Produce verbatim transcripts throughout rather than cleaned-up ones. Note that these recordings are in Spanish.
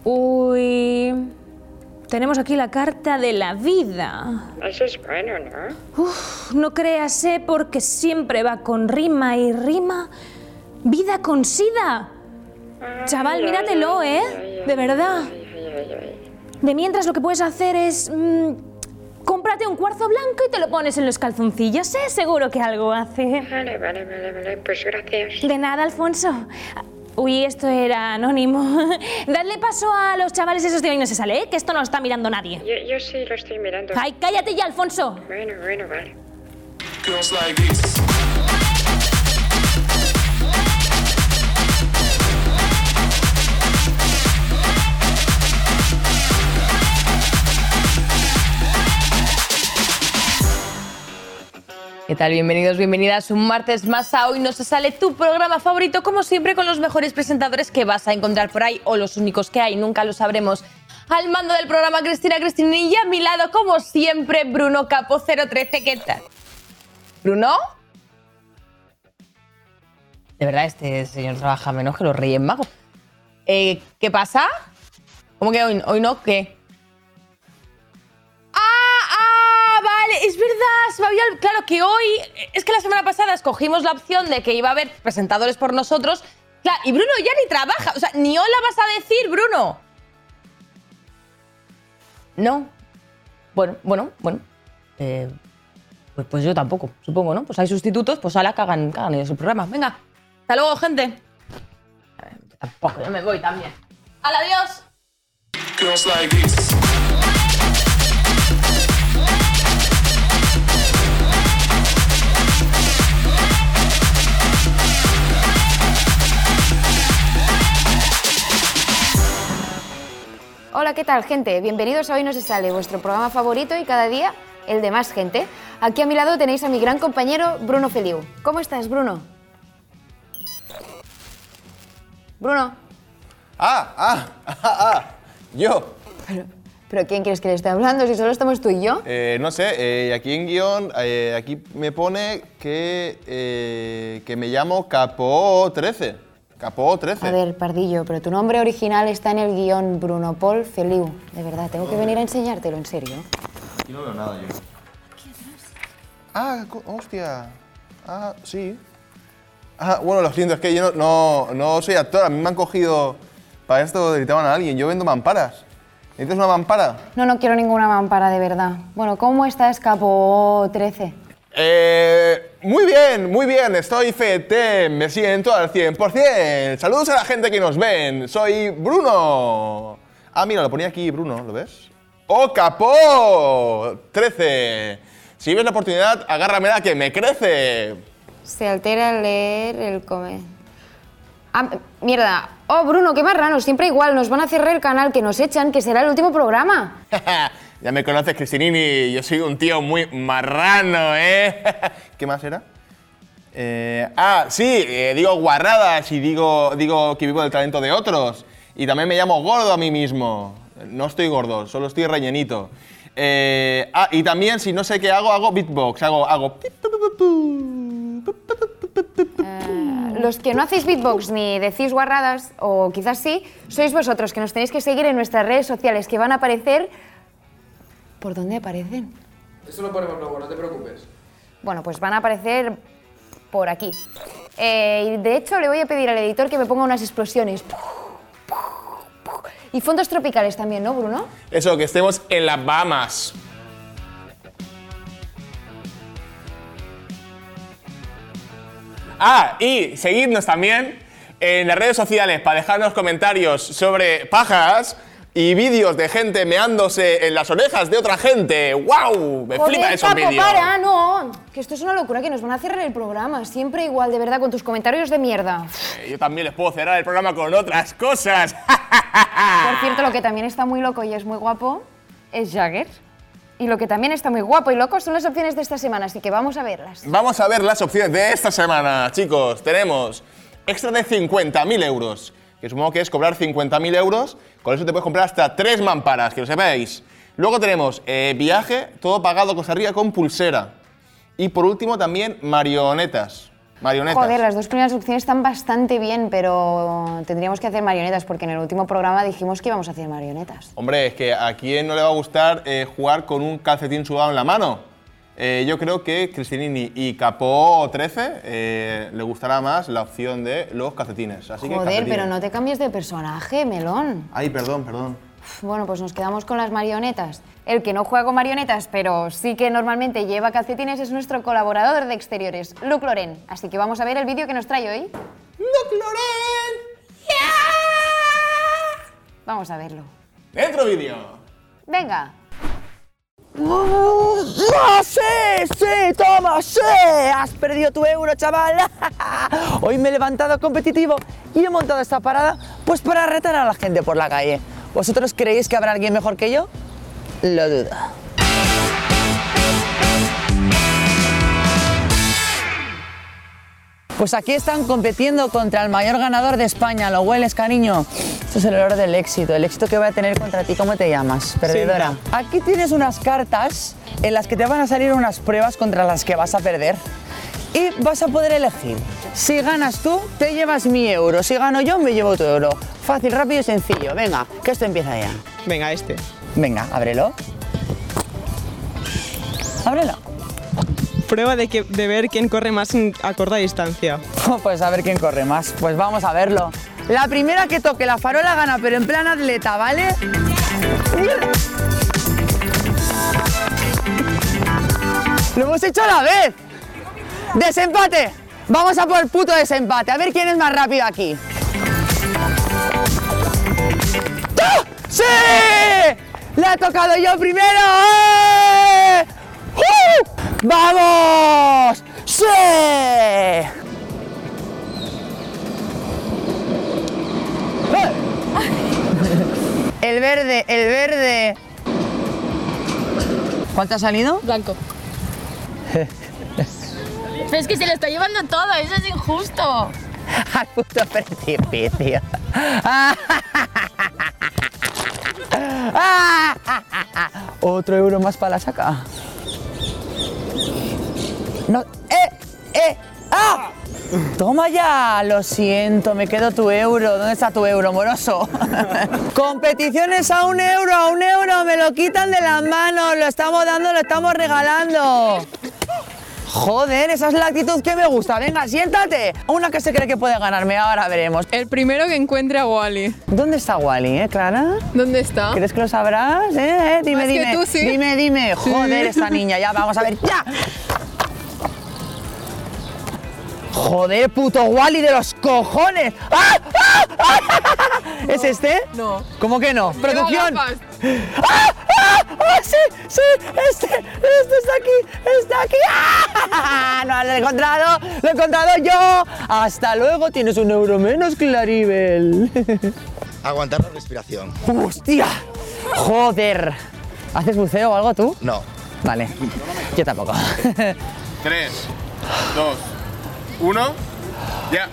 Uy... Tenemos aquí la carta de la vida. Eso es bueno, ¿no? Uf, no creas, ¿eh? Porque siempre va con rima y rima. Vida con sida. Ay, Chaval, míratelo, ay, ¿eh? ay, ay, De verdad. ay, ay, ay, ay. De mientras lo que puedes hacer es... Mmm, cómprate un cuarzo blanco y te lo pones en los calzoncillos, ¿eh? Seguro que algo hace. Vale, vale, vale, vale. Pues gracias. De nada, Alfonso. Uy, esto era anónimo. Dadle paso a los chavales esos de hoy no se sale, ¿eh? Que esto no lo está mirando nadie. Yo, yo sí lo estoy mirando. ¡Ay, cállate ya, Alfonso! Bueno, bueno, vale. Girls like this. ¿Qué tal? Bienvenidos, bienvenidas un martes más a Hoy No Se Sale, tu programa favorito, como siempre, con los mejores presentadores que vas a encontrar por ahí, o los únicos que hay, nunca lo sabremos. Al mando del programa, Cristina Cristinilla, a mi lado, como siempre, Bruno Capo cero trece. ¿Qué tal? ¿Bruno? De verdad, este señor trabaja menos que los Reyes Magos. Eh, ¿Qué pasa? ¿Cómo que hoy, hoy no? ¿Qué? Vale, es verdad, se me había... Claro que hoy... Es que la semana pasada escogimos la opción de que iba a haber presentadores por nosotros. Claro, y Bruno ya ni trabaja. O sea, ni hola vas a decir, Bruno. No. Bueno, bueno, bueno. Eh, pues, pues yo tampoco, supongo, ¿no? Pues hay sustitutos, pues ala, que hagan, que hagan ellos el programa. Venga, hasta luego, gente. A ver, yo tampoco, yo me voy también. ¡Hala, adiós! Girls like this. Hola, ¿qué tal, gente? Bienvenidos a Hoy No Se Sale, vuestro programa favorito y cada día el de más gente. Aquí a mi lado tenéis a mi gran compañero Bruno Feliu. ¿Cómo estás, Bruno? Bruno. Ah, ah, ah, ah, yo. Pero, ¿pero quién quieres que le esté hablando si solo estamos tú y yo? Eh, no sé, eh, aquí en guión, eh, aquí me pone que, eh, que me llamo Capo trece. Capo trece. A ver, Pardillo, pero tu nombre original está en el guión Bruno Paul Feliu. De verdad, tengo que venir a enseñártelo, en serio. Aquí no veo nada yo. Ah, hostia. Ah, sí. Ah, bueno, lo siento, es que yo no, no, no soy actor. A mí me han cogido... Para esto gritaban a alguien. Yo vendo mamparas. ¿Necesitas una mampara? No, no quiero ninguna mampara, de verdad. Bueno, ¿cómo estás, Capo trece? Eh, muy bien, muy bien. Estoy fete. Me siento al cien por cien. Saludos a la gente que nos ven. Soy Bruno. Ah, mira, lo ponía aquí Bruno, ¿lo ves? ¡Oh, Capo trece! Si ves la oportunidad, agárramela que me crece. Se altera al leer el comer. Ah, mierda. Oh, Bruno, qué marrano. Siempre igual. Nos van a cerrar el canal, que nos echan, que será el último programa. Ya me conoces, Cristinini. Yo soy un tío muy marrano, ¿eh? ¿Qué más era? Eh, ah, sí, eh, digo guarradas y digo, digo que vivo del talento de otros. Y también me llamo gordo a mí mismo. No estoy gordo, solo estoy rellenito. Eh, ah, y también, si no sé qué hago, hago beatbox. Hago... hago Uh, los que no hacéis beatbox ni decís guarradas, o quizás sí, sois vosotros, que nos tenéis que seguir en nuestras redes sociales, que van a aparecer... ¿Por dónde aparecen? Eso lo ponemos luego, no te preocupes. Bueno, pues van a aparecer por aquí. Eh, y de hecho, le voy a pedir al editor que me ponga unas explosiones. Y fondos tropicales también, ¿no, Bruno? Eso, que estemos en las Bahamas. Ah, y seguidnos también en las redes sociales para dejarnos comentarios sobre pajas y vídeos de gente meándose en las orejas de otra gente. ¡Wow! Me Joder, flipa esos Capo, vídeos. para, no. Que esto es una locura, que nos van a cerrar el programa. Siempre igual, de verdad, con tus comentarios de mierda. Eh, yo también les puedo cerrar el programa con otras cosas. Por cierto, lo que también está muy loco y es muy guapo es Jagger. Y lo que también está muy guapo y loco son las opciones de esta semana, así que vamos a verlas. Vamos a ver las opciones de esta semana, chicos. Tenemos extra de cincuenta mil euros, que supongo que es cobrar cincuenta mil euros. Con eso te puedes comprar hasta tres mamparas, que lo sepáis. Luego tenemos eh, viaje, todo pagado Costa Rica con pulsera. Y por último también marionetas. Marionetas. Joder, las dos primeras opciones están bastante bien, pero tendríamos que hacer marionetas porque en el último programa dijimos que íbamos a hacer marionetas. Hombre, es que a quién no le va a gustar eh, jugar con un calcetín sudado en la mano. Eh, yo creo que Cristinini y Capó trece eh, le gustará más la opción de los calcetines. Así que Joder, calcetines. pero no te cambies de personaje, melón. Ay, perdón, perdón. Bueno, pues nos quedamos con las marionetas. El que no juega con marionetas, pero sí que normalmente lleva calcetines, es nuestro colaborador de exteriores, Luc Loren. Así que vamos a ver el vídeo que nos trae hoy. ¡Luc Loren! ¡Yeah! Vamos a verlo. ¡Dentro vídeo! Venga. ¡Ah, sí! ¡Sí! ¡Toma! ¡Sí! ¡Has perdido tu euro, chaval! Hoy me he levantado competitivo y he montado esta parada pues para retar a la gente por la calle. ¿Vosotros creéis que habrá alguien mejor que yo? Lo dudo. Pues aquí están compitiendo contra el mayor ganador de España. ¿Lo hueles, cariño? Esto es el olor del éxito, el éxito que voy a tener contra ti. ¿Cómo te llamas? Perdedora. Sí. Aquí tienes unas cartas en las que te van a salir unas pruebas contra las que vas a perder. Y vas a poder elegir. Si ganas tú, te llevas mi euro. Si gano yo, me llevo tu euro. Fácil, rápido y sencillo. Venga, que esto empieza ya. Venga, este. Venga, ábrelo. Ábrelo. Prueba de, que, de ver quién corre más a corta distancia. Pues a ver quién corre más. Pues vamos a verlo. La primera que toque la farola gana, pero en plan atleta, ¿vale? ¡Lo hemos hecho a la vez! ¡Desempate! Vamos a por el puto desempate. A ver quién es más rápido aquí. ¡Sí! ¡Le he tocado yo primero! ¡Eh! ¡Uh! ¡Vamos! ¡Sí! El verde, el verde. ¿Cuánto ha salido? Blanco. Pero es que se lo está llevando todo, eso es injusto. Al puto precipicio. Otro euro más para la saca. No, ¡eh! ¡Eh! ¡Ah! Toma ya, lo siento, me quedo tu euro. ¿Dónde está tu euro, moroso? Competiciones a un euro, a un euro, me lo quitan de las manos, lo estamos dando, lo estamos regalando. Joder, esa es la actitud que me gusta. Venga, siéntate. Una que se cree que puede ganarme, ahora veremos. El primero que encuentre a Wally. ¿Dónde está Wally, eh, Clara? ¿Dónde está? ¿Crees que lo sabrás? Eh, eh, dime, Más dime. que tú, sí. Dime, dime. Joder, Sí. esta niña, ya, vamos a ver, ya. Joder, puto Wally de los cojones. ¡Ah! ¡Ah! ¡Ah! ¿Es este? No. ¿Cómo que no? Producción. gafas. ¡Ah! ¡Ah! ¡Ah! ¡Sí! ¡Sí! ¡Este! ¡Este está aquí! ¡Está aquí! ¡Ah! ¡No, lo he encontrado! ¡Lo he encontrado yo! ¡Hasta luego! Tienes un euro menos, Claribel. Aguantar la respiración. ¡Hostia! ¡Joder! ¿Haces buceo o algo tú? No. Vale. Yo tampoco. Tres, dos, uno, ya.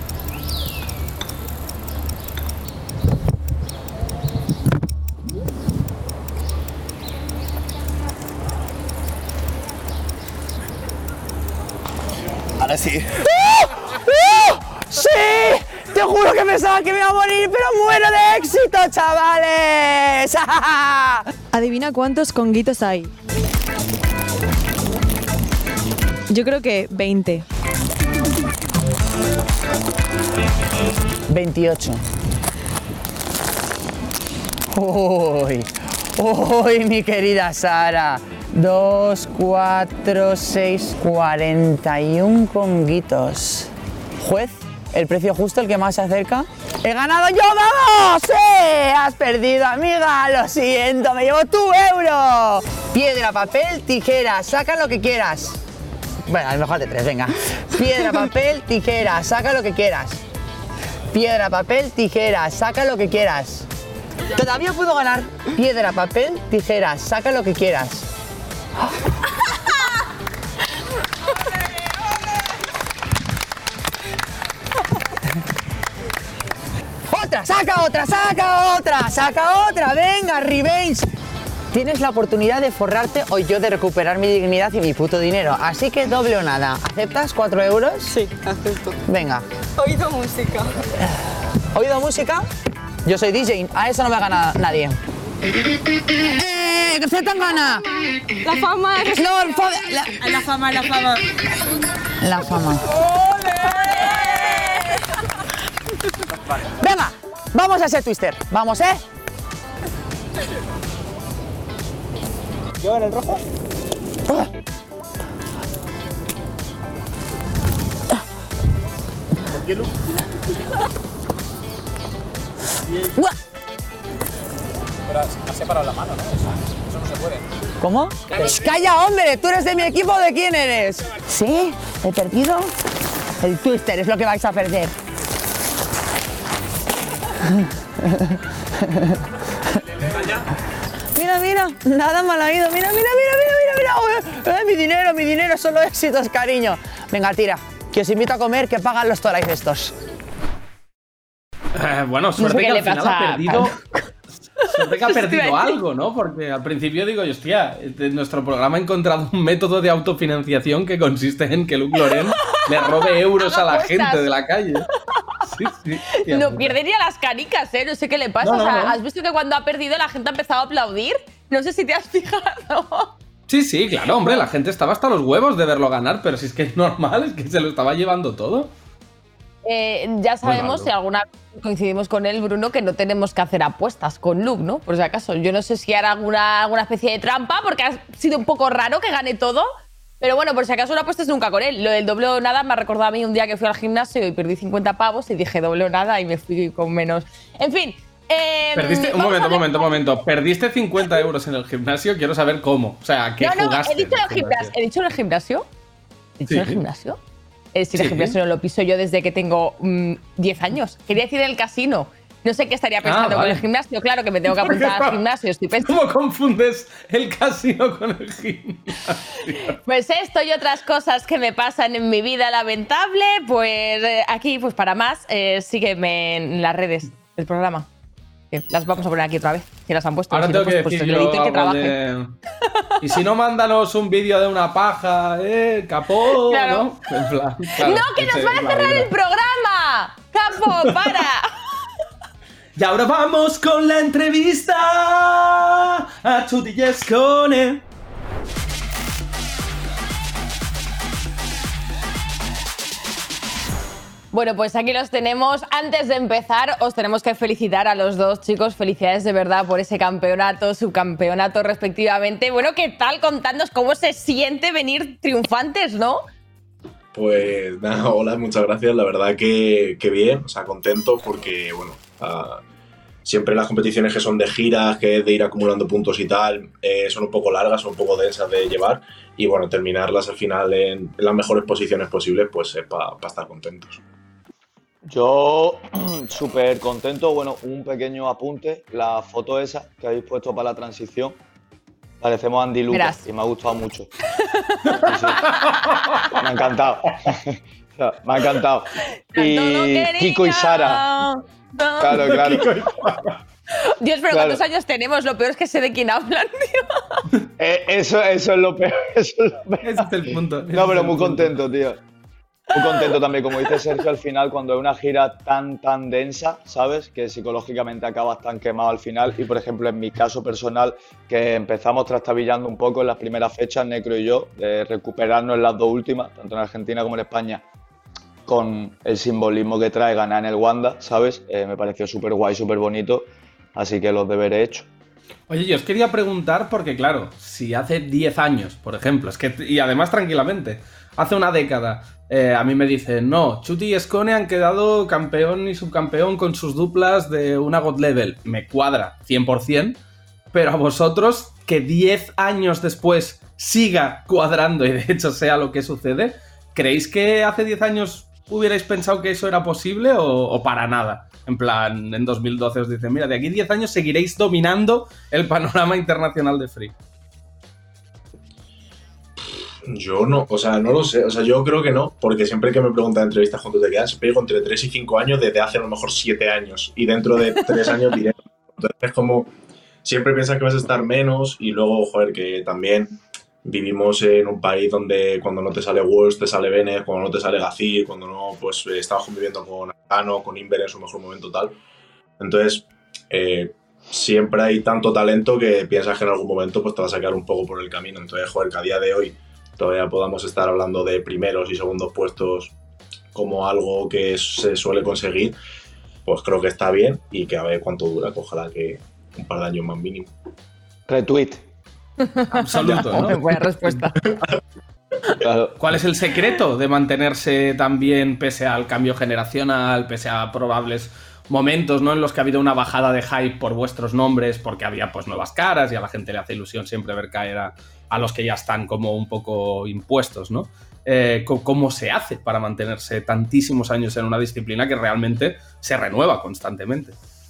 Ahora sí. ¡Oh! ¡Oh! ¡Sí! Te juro que pensaba que me iba a morir, pero muero de éxito, chavales. Adivina cuántos conguitos hay. Yo creo que veinte. veintiocho. Uy, uy, mi querida Sara. Dos, cuatro, seis, cuarenta y un conguitos. Juez, el precio justo, el que más se acerca. ¡He ganado yo, vamos! ¡Sí! Has perdido, amiga, lo siento, me llevo tu euro. Piedra, papel, tijera, saca lo que quieras. Bueno, al mejor de tres, venga. Piedra, papel, tijera, saca lo que quieras. Piedra, papel, tijera, saca lo que quieras. Todavía puedo ganar. Piedra, papel, tijera, saca lo que quieras. Otra, saca otra, saca otra, saca otra, venga, revenge. Tienes la oportunidad de forrarte o yo de recuperar mi dignidad y mi puto dinero. Así que doble o nada. ¿Aceptas cuatro euros? Sí, acepto. Venga. Oído música. ¿Oído música? Yo soy D J. A eso no me gana nadie. ¡Eh! ¡Que se tan gana! La fama. No, el fa- la... la fama, la fama. La fama. Venga, vamos a hacer twister. Vamos, ¿eh? ¿Yo en el rojo? Pero has separado la mano, ¿no? Eso, eso no se puede. ¿Cómo? ¡Calla, hombre! ¿Tú eres de mi equipo o de quién eres? ¿Sí? ¿He perdido? El twister es lo que vais a perder. Mira, mira, nada mal ha ido. Mira, mira, mira, mira, mira, mira. Eh, mi dinero, mi dinero, solo éxitos, cariño. Venga, tira, que os invito a comer, que pagan los torais estos. Eh, bueno, suerte No sé que qué al le final pasa ha a perdido. Suerte que ha Eso te iba a perdido decir. algo, ¿no? Porque al principio digo, yo, hostia, este- nuestro programa ha encontrado un método de autofinanciación que consiste en que Luke Loren le robe euros a la Apuestas. gente de la calle. Sí, sí. tía, No puta. pierdería las canicas, ¿eh? No sé qué le pasa. No, no, o sea, no. ¿has visto que cuando ha perdido la gente ha empezado a aplaudir? No sé si te has fijado. Sí, sí, claro, hombre, la gente estaba hasta los huevos de verlo ganar, pero si es que es normal, es que se lo estaba llevando todo. Eh, ya sabemos, raro. si alguna vez coincidimos con él, Bruno, que no tenemos que hacer apuestas con Luke, ¿no? Por si acaso. Yo no sé si hará alguna, alguna especie de trampa, porque ha sido un poco raro que gane todo. Pero bueno, por si acaso no apuestes nunca con él. Lo del doble o nada me ha recordado a mí un día que fui al gimnasio y perdí cincuenta pavos y dije doble o nada y me fui con menos. En fin. Eh, Perdiste, un vamos momento, a un ver- momento, un momento. Perdiste cincuenta euros en el gimnasio, quiero saber cómo. O sea, ¿qué No, no, jugaste? he dicho en el en el gimnasio. ¿He dicho en el gimnasio? ¿He dicho Sí. en el gimnasio? Eh, si el Sí. gimnasio no lo piso yo desde que tengo mm, diez años. Quería decir en el casino. No sé qué estaría pensando Ah, vale. con el gimnasio. Claro que me tengo que ¿Por qué apuntar al no? gimnasio. Estoy pensando. ¿Cómo confundes el casino con el gimnasio? Pues esto y otras cosas que me pasan en mi vida lamentable, pues eh, aquí, pues para más, eh, sígueme en las redes del programa. Que las vamos a poner aquí otra vez, si las han puesto. Ahora si no, tengo que pues, decir pues el yo editor que algo trabaje. de... Y si no, mándanos un vídeo de una paja, ¿eh? Capó, Claro. ¿no? En plan, claro, ¡No, que nos ese van a es la cerrar vida. el programa! ¡Capo, para! Y ahora vamos con la entrevista a Chuty Escone. Bueno, pues aquí los tenemos. Antes de empezar, os tenemos que felicitar a los dos chicos. Felicidades de verdad por ese campeonato, subcampeonato respectivamente. Bueno, ¿qué tal? Contadnos cómo se siente venir triunfantes, ¿no? Pues nada, hola, muchas gracias. La verdad que, que bien, o sea, contento porque, bueno, ah, siempre las competiciones que son de giras, que es de ir acumulando puntos y tal, eh, son un poco largas, son un poco densas de llevar y, bueno, terminarlas al final en, en las mejores posiciones posibles, pues es para estar contentos. Yo súper contento, bueno, un pequeño apunte, la foto esa que habéis puesto para la transición, parecemos Andy Lucas Verás. y me ha gustado mucho. Sí, sí. Me ha encantado, O sea, me ha encantado. Y Kiko y Sara, claro, claro. Dios, pero Claro. ¿cuántos años tenemos? Lo peor es que sé de quién hablan, tío. Eh, eso, eso es lo peor, eso es lo peor. Ese es el punto. ese No, es pero el muy punto. contento, tío. Muy contento también, como dice Sergio, al final, cuando es una gira tan, tan densa, ¿sabes? Que psicológicamente acabas tan quemado al final. Y, por ejemplo, en mi caso personal, que empezamos trastabillando un poco en las primeras fechas, Necro y yo, de recuperarnos en las dos últimas, tanto en Argentina como en España, con el simbolismo que trae ganar en el Wanda, ¿sabes? Eh, me pareció súper guay, súper bonito. Así que los deberes hechos. Oye, yo os quería preguntar porque, claro, si hace diez años, por ejemplo, es que, y además tranquilamente, hace una década, eh, a mí me dicen, no, Chuty y Escone han quedado campeón y subcampeón con sus duplas de una God Level. Me cuadra, cien por ciento, pero a vosotros, que diez años después siga cuadrando y de hecho sea lo que sucede, ¿creéis que hace diez años hubierais pensado que eso era posible o, o para nada? En plan, en dos mil doce os dicen, mira, de aquí diez años seguiréis dominando el panorama internacional de Free. Yo no, o sea, no lo sé, o sea, yo creo que no, porque siempre que me preguntan en entrevistas cuánto te quedan, siempre digo entre tres y cinco años desde hace a lo mejor siete años, y dentro de tres años diré, entonces es como, siempre piensas que vas a estar menos y luego, joder, que también vivimos en un país donde cuando no te sale Walsh, te sale Bennett, cuando no te sale Gazir, cuando no, pues eh, estabas conviviendo con Arcano, con Inver en su mejor momento tal. Entonces, eh, siempre hay tanto talento que piensas que en algún momento pues te vas a quedar un poco por el camino. Entonces, joder, que a día de hoy todavía podamos estar hablando de primeros y segundos puestos como algo que se suele conseguir, pues creo que está bien y que a ver cuánto dura, que ojalá que un par de años más mínimo. Retweet. Absoluto, ¿no? Buena respuesta. Claro. ¿Cuál es el secreto de mantenerse tan bien pese al cambio generacional, pese a probables momentos, ¿no?, en los que ha habido una bajada de hype por vuestros nombres, porque había pues nuevas caras y a la gente le hace ilusión siempre ver caer a, a los que ya están como un poco impuestos, ¿no? Eh, ¿Cómo se hace para mantenerse tantísimos años en una disciplina que realmente se renueva constantemente?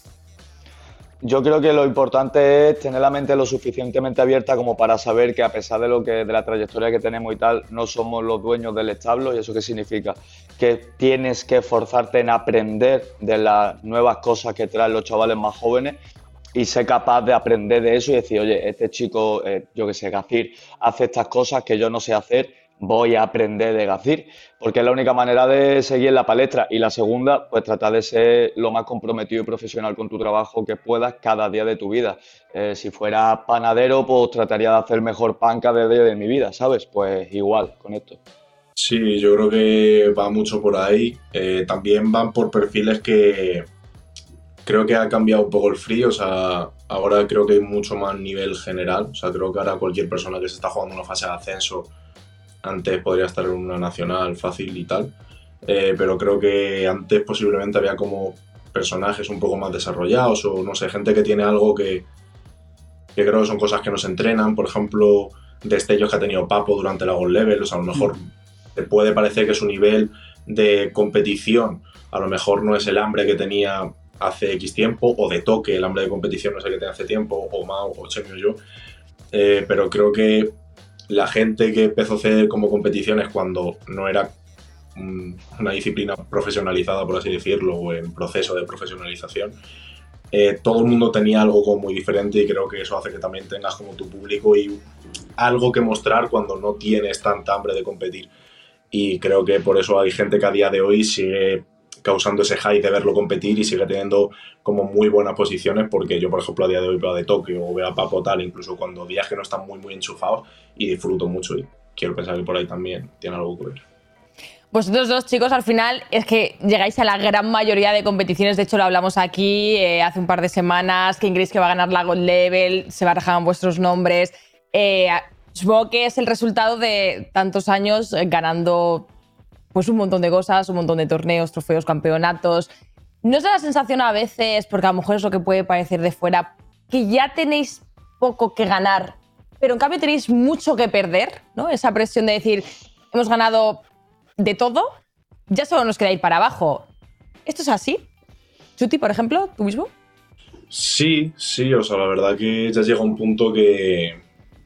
Yo creo que lo importante es tener la mente lo suficientemente abierta como para saber que a pesar de lo que de la trayectoria que tenemos y tal, no somos los dueños del establo. ¿Y eso qué significa? Que tienes que esforzarte en aprender de las nuevas cosas que traen los chavales más jóvenes y ser capaz de aprender de eso y decir, oye, este chico, eh, yo que sé, Gazir, hace estas cosas que yo no sé hacer, voy a aprender de Gazir, porque es la única manera de seguir en la palestra. Y la segunda, pues tratar de ser lo más comprometido y profesional con tu trabajo que puedas cada día de tu vida. Eh, si fuera panadero, pues trataría de hacer el mejor pan cada día de mi vida, ¿sabes? Pues igual con esto. Sí, yo creo que va mucho por ahí. Eh, también van por perfiles que creo que ha cambiado un poco el free, o sea, ahora creo que hay mucho más nivel general. O sea, creo que ahora cualquier persona que se está jugando una fase de ascenso antes podría estar en una nacional fácil y tal, eh, pero creo que antes posiblemente había como personajes un poco más desarrollados o no sé, gente que tiene algo que, que creo que son cosas que no se entrenan, por ejemplo, destellos que ha tenido Papo durante la Gold Level, o sea, a lo mejor te puede parecer que su nivel de competición a lo mejor no es el hambre que tenía hace X tiempo, o de toque, el hambre de competición no es el que tenía hace tiempo, o Mao, o Chemi o yo, eh, pero creo que la gente que empezó a hacer como competiciones cuando no era um, una disciplina profesionalizada, por así decirlo, o en proceso de profesionalización, eh, todo el mundo tenía algo como muy diferente y creo que eso hace que también tengas como tu público y algo que mostrar cuando no tienes tanta hambre de competir. Y creo que por eso hay gente que a día de hoy sigue causando ese hype de verlo competir y sigue teniendo como muy buenas posiciones, porque yo, por ejemplo, a día de hoy veo a De Toque o veo a Papo tal, incluso cuando días que no están muy, muy enchufados, y disfruto mucho y quiero pensar que por ahí también tiene algo que ver. Vosotros dos, chicos, al final es que llegáis a la gran mayoría de competiciones. De hecho, lo hablamos aquí eh, hace un par de semanas, que creéis que va a ganar la Gold Level, se barajaban vuestros nombres. Eh, supongo que es el resultado de tantos años eh, ganando pues un montón de cosas, un montón de torneos, trofeos, campeonatos. ¿No os da la sensación a veces, porque a lo mejor es lo que puede parecer de fuera, que ya tenéis poco que ganar, pero en cambio tenéis mucho que perder, ¿no? Esa presión de decir, hemos ganado de todo, ya solo nos queda ir para abajo. ¿Esto es así? Chuti, por ejemplo, ¿tú mismo? Sí, sí, o sea, la verdad que ya llega un punto que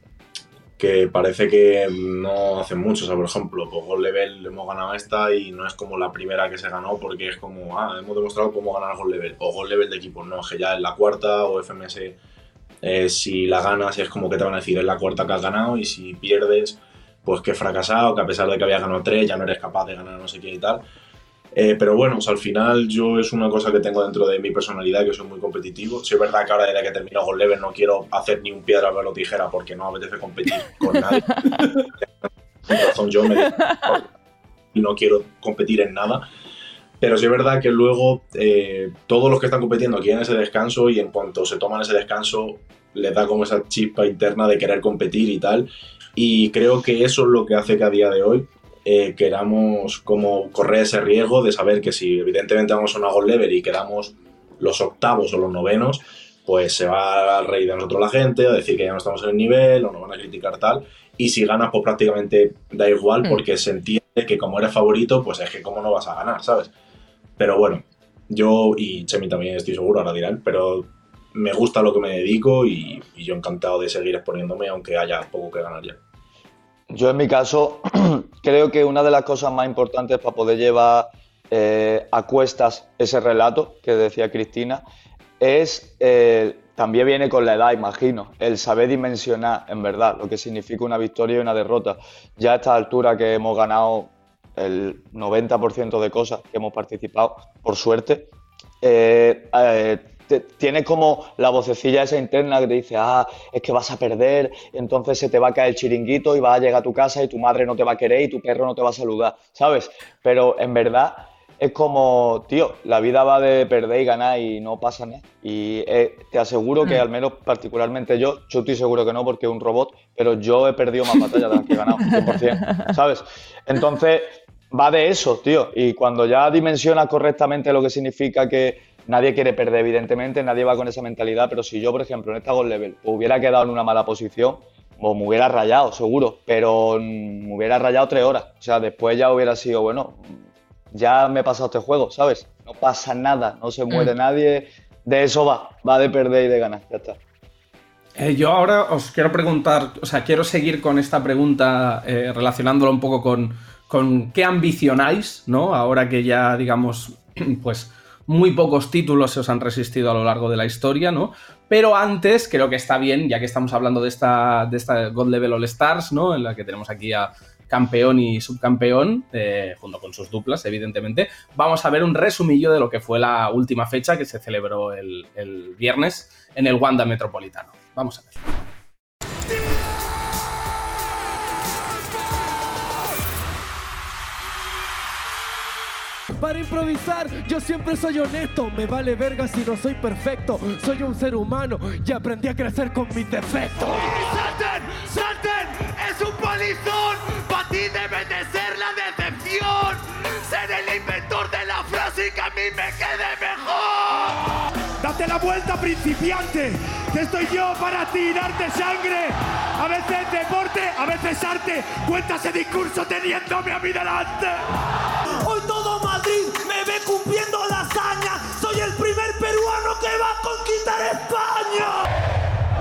que parece que no hacen mucho. O sea, por ejemplo, pues Gold Level hemos ganado esta y no es como la primera que se ganó porque es como, ah, hemos demostrado cómo ganar Gold Level. O Gold Level de equipo, no, que ya es la cuarta, o F M S, eh, si la ganas es como que te van a decir, es la cuarta que has ganado, y si pierdes, pues que he fracasado, que a pesar de que habías ganado tres, ya no eres capaz de ganar no sé qué y tal. Eh, pero bueno, o sea, al final yo es una cosa que tengo dentro de mi personalidad, que soy muy competitivo. Sí es verdad que ahora desde que termino Gold Level no quiero hacer ni un piedra, pelo, tijera porque no me apetece competir con nadie. Por razón yo me y no quiero competir en nada. Pero sí es verdad que luego eh, todos los que están compitiendo quieren ese descanso y en cuanto se toman ese descanso les da como esa chispa interna de querer competir y tal. Y creo que eso es lo que hace que a día de hoy Eh, queramos como correr ese riesgo de saber que si evidentemente vamos a una Gold Level y quedamos los octavos o los novenos, pues se va a reír de nosotros la gente, a decir que ya no estamos en el nivel o nos van a criticar tal, y si ganas pues prácticamente da igual porque se entiende que como eres favorito pues es que cómo no vas a ganar, ¿sabes? Pero bueno, yo y Chemi también estoy seguro, ahora dirán, pero me gusta lo que me dedico y, y yo encantado de seguir exponiéndome aunque haya poco que ganar ya. Yo en mi caso creo que una de las cosas más importantes para poder llevar eh, a cuestas ese relato que decía Cristina es, eh, también viene con la edad, imagino, el saber dimensionar, en verdad, lo que significa una victoria y una derrota. Ya a esta altura que hemos ganado el noventa por ciento de cosas que hemos participado, por suerte, eh, eh, te, tienes como la vocecilla esa interna que te dice, ah, es que vas a perder, entonces se te va a caer el chiringuito y vas a llegar a tu casa y tu madre no te va a querer y tu perro no te va a saludar, ¿sabes? Pero en verdad es como, tío, la vida va de perder y ganar y no pasa nada. Y eh, te aseguro que, al menos particularmente yo, yo estoy seguro que no porque es un robot, pero yo he perdido más batallas de las que he ganado, cien por ciento, ¿sabes? Entonces, va de eso, tío. Y cuando ya dimensionas correctamente lo que significa que nadie quiere perder, evidentemente, nadie va con esa mentalidad, pero si yo, por ejemplo, en esta God Level pues, hubiera quedado en una mala posición, o me hubiera rayado, seguro, pero me hubiera rayado tres horas. O sea, después ya hubiera sido, bueno, ya me he pasado este juego, ¿sabes? No pasa nada, no se muere mm. nadie, de eso va, va de perder y de ganar, ya está. Eh, yo ahora os quiero preguntar, o sea, quiero seguir con esta pregunta eh, relacionándola un poco con, con qué ambicionáis, ¿no? Ahora que ya, digamos, pues muy pocos títulos se os han resistido a lo largo de la historia, ¿no? Pero antes creo que está bien, ya que estamos hablando de esta, de esta God Level All Stars, ¿no? En la que tenemos aquí a campeón y subcampeón, eh, junto con sus duplas, evidentemente. Vamos a ver un resumillo de lo que fue la última fecha que se celebró el, el viernes en el Wanda Metropolitano. Vamos a ver. Para improvisar, yo siempre soy honesto. Me vale verga si no soy perfecto. Soy un ser humano y aprendí a crecer con mis defectos. ¡Salten! ¡Salten! ¡Es un palizón! ¡Para ti debe de ser la decepción! Ser el inventor de la frase y que a mí me quede mejor. ¡Date la vuelta, principiante! Que estoy yo para tirarte sangre. A veces deporte, a veces arte. Cuenta ese discurso teniéndome a mí delante. Hoy todo Madrid me ve cumpliendo la hazaña. Soy el primer peruano que va a conquistar España.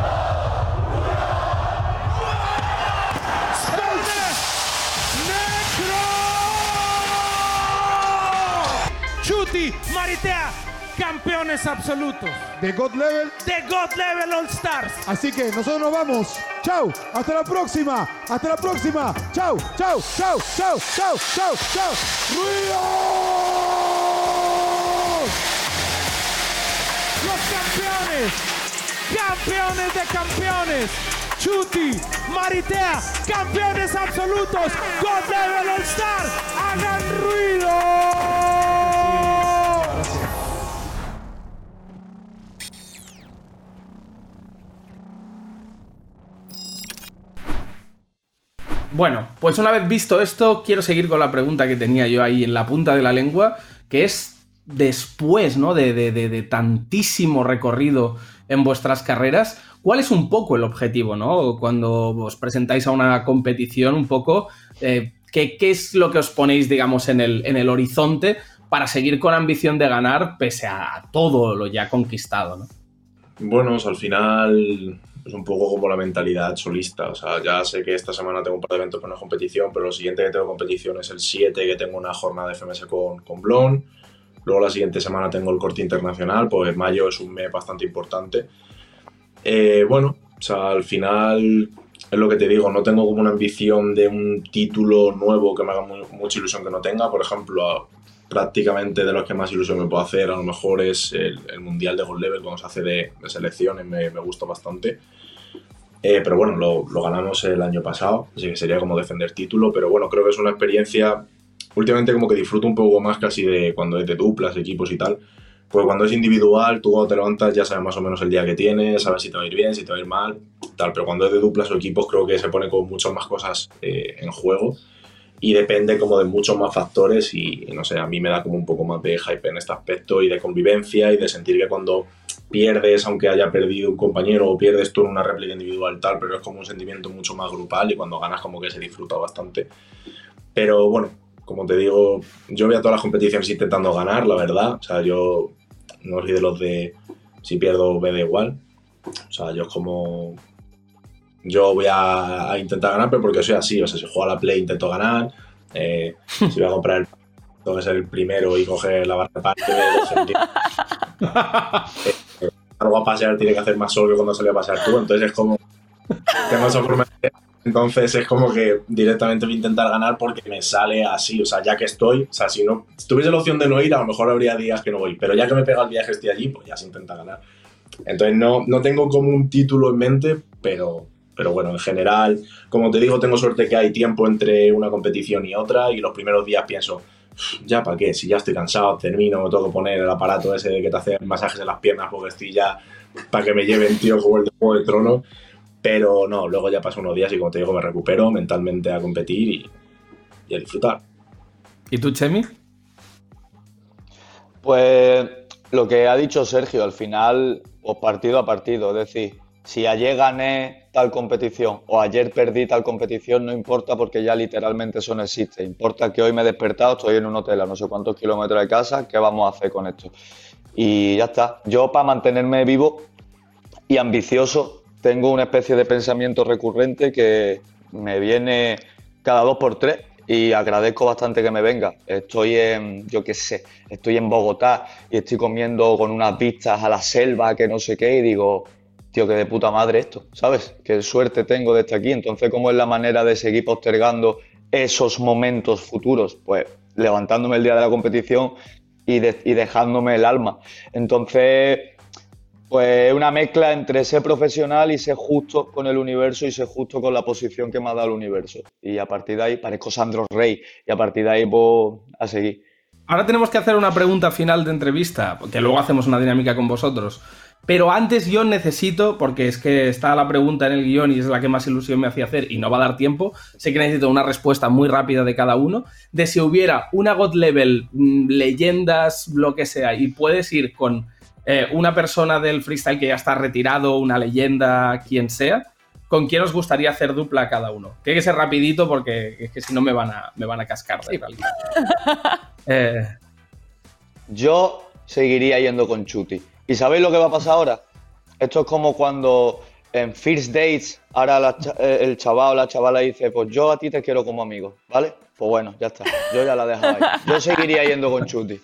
Chuty, Maritea, campeones absolutos. De God Level. De God Level All Stars. Así que nosotros nos vamos. Chau, hasta la próxima. Hasta la próxima. Chau, chau, chau, chau, chau, chau, chau. ¡Ruido! Los campeones. Campeones de campeones. Chuty, Maritea, campeones absolutos. God Level All Stars. ¡Hagan ruido! Bueno, pues una vez visto esto, quiero seguir con la pregunta que tenía yo ahí en la punta de la lengua, que es después, ¿no? de, de, de, de tantísimo recorrido en vuestras carreras, ¿cuál es un poco el objetivo, ¿no? Cuando os presentáis a una competición, un poco, eh, ¿qué, qué es lo que os ponéis, digamos, en el, en el horizonte para seguir con ambición de ganar pese a todo lo ya conquistado, ¿no? Bueno, o sea, al final es un poco como la mentalidad solista. O sea, ya sé que esta semana tengo un par de eventos con una competición, pero lo siguiente que tengo competición es el siete, que tengo una jornada de F M S con, con Blon. Luego la siguiente semana tengo el corte internacional, pues mayo es un mes bastante importante. Eh, bueno, o sea, al final es lo que te digo, no tengo como una ambición de un título nuevo que me haga muy, mucha ilusión que no tenga. Por ejemplo, prácticamente de los que más ilusión me puedo hacer, a lo mejor es el, el Mundial de God Level cuando se hace de, de selecciones, me, me gusta bastante. Eh, pero bueno, lo, lo ganamos el año pasado, así que sería como defender título, pero bueno, creo que es una experiencia, últimamente como que disfruto un poco más casi de cuando es de duplas, equipos y tal, pues cuando es individual, tú cuando te levantas ya sabes más o menos el día que tienes, sabes si te va a ir bien, si te va a ir mal, tal, pero cuando es de duplas o equipos creo que se pone con muchas más cosas eh, en juego. Y depende como de muchos más factores y, y no sé, a mí me da como un poco más de hype en este aspecto y de convivencia y de sentir que cuando pierdes, aunque haya perdido un compañero o pierdes tú en una réplica individual tal, pero es como un sentimiento mucho más grupal y cuando ganas como que se disfruta bastante. Pero bueno, como te digo, yo voy a todas las competiciones intentando ganar, la verdad. O sea, yo no soy de los de si pierdo me da igual. O sea, yo es como... Yo voy a, a intentar ganar, pero porque soy así. O sea, si juego a la Play intento ganar. Eh, si voy a comprar el... Tengo que ser el primero y coger la barra de parte. eh, salgo a pasear tiene que hacer más sol que cuando salí a pasear tú, entonces es como tengo esa forma de... Entonces es como que directamente voy a intentar ganar porque me sale así, o sea, ya que estoy, o sea, si no si tuviese la opción de no ir, a lo mejor habría días que no voy, pero ya que me pega el viaje, estoy allí, pues ya se intenta ganar. Entonces no, no tengo como un título en mente, pero, pero bueno, en general, como te digo, tengo suerte que hay tiempo entre una competición y otra y los primeros días pienso, ya para qué, si ya estoy cansado, termino, me tengo que poner el aparato ese de que te hace masajes en las piernas porque estoy ya para que me lleven, tío, como el de Juego de Tronos. Pero no, luego ya paso unos días y como te digo, me recupero mentalmente a competir y, y a disfrutar. ¿Y tú, Chemi? Pues lo que ha dicho Sergio, al final, pues partido a partido. Es decir, si ayer gané tal competición o ayer perdí tal competición, no importa porque ya literalmente eso no existe. Importa que hoy me he despertado, estoy en un hotel a no sé cuántos kilómetros de casa, ¿qué vamos a hacer con esto? Y ya está. Yo, para mantenerme vivo y ambicioso, tengo una especie de pensamiento recurrente que me viene cada dos por tres y agradezco bastante que me venga. Estoy en, yo qué sé, estoy en Bogotá y estoy comiendo con unas vistas a la selva, que no sé qué, y digo, tío, que de puta madre esto, ¿sabes? Qué suerte tengo de estar aquí. Entonces, ¿cómo es la manera de seguir postergando esos momentos futuros? Pues levantándome el día de la competición y, de, y dejándome el alma. Entonces... pues una mezcla entre ser profesional y ser justo con el universo y ser justo con la posición que me ha dado el universo. Y a partir de ahí parezco Sandro Rey y a partir de ahí pues a seguir. Ahora tenemos que hacer una pregunta final de entrevista, porque luego hacemos una dinámica con vosotros. Pero antes yo necesito, porque es que está la pregunta en el guión y es la que más ilusión me hacía hacer y no va a dar tiempo, sé que necesito una respuesta muy rápida de cada uno, de si hubiera una God Level, mmm, leyendas, lo que sea, y puedes ir con... Eh, una persona del freestyle que ya está retirado, una leyenda, quien sea, ¿con quién os gustaría hacer dupla cada uno? Tiene que ser rapidito porque es que si no me van a, me van a cascar de realidad. eh. Yo seguiría yendo con Chuti. ¿Y sabéis lo que va a pasar ahora? Esto es como cuando en First Dates ahora la, el chaval o la chavala dice, pues yo a ti te quiero como amigo, ¿vale? Pues bueno, ya está. Yo ya la dejo ahí. Yo seguiría yendo con Chuti.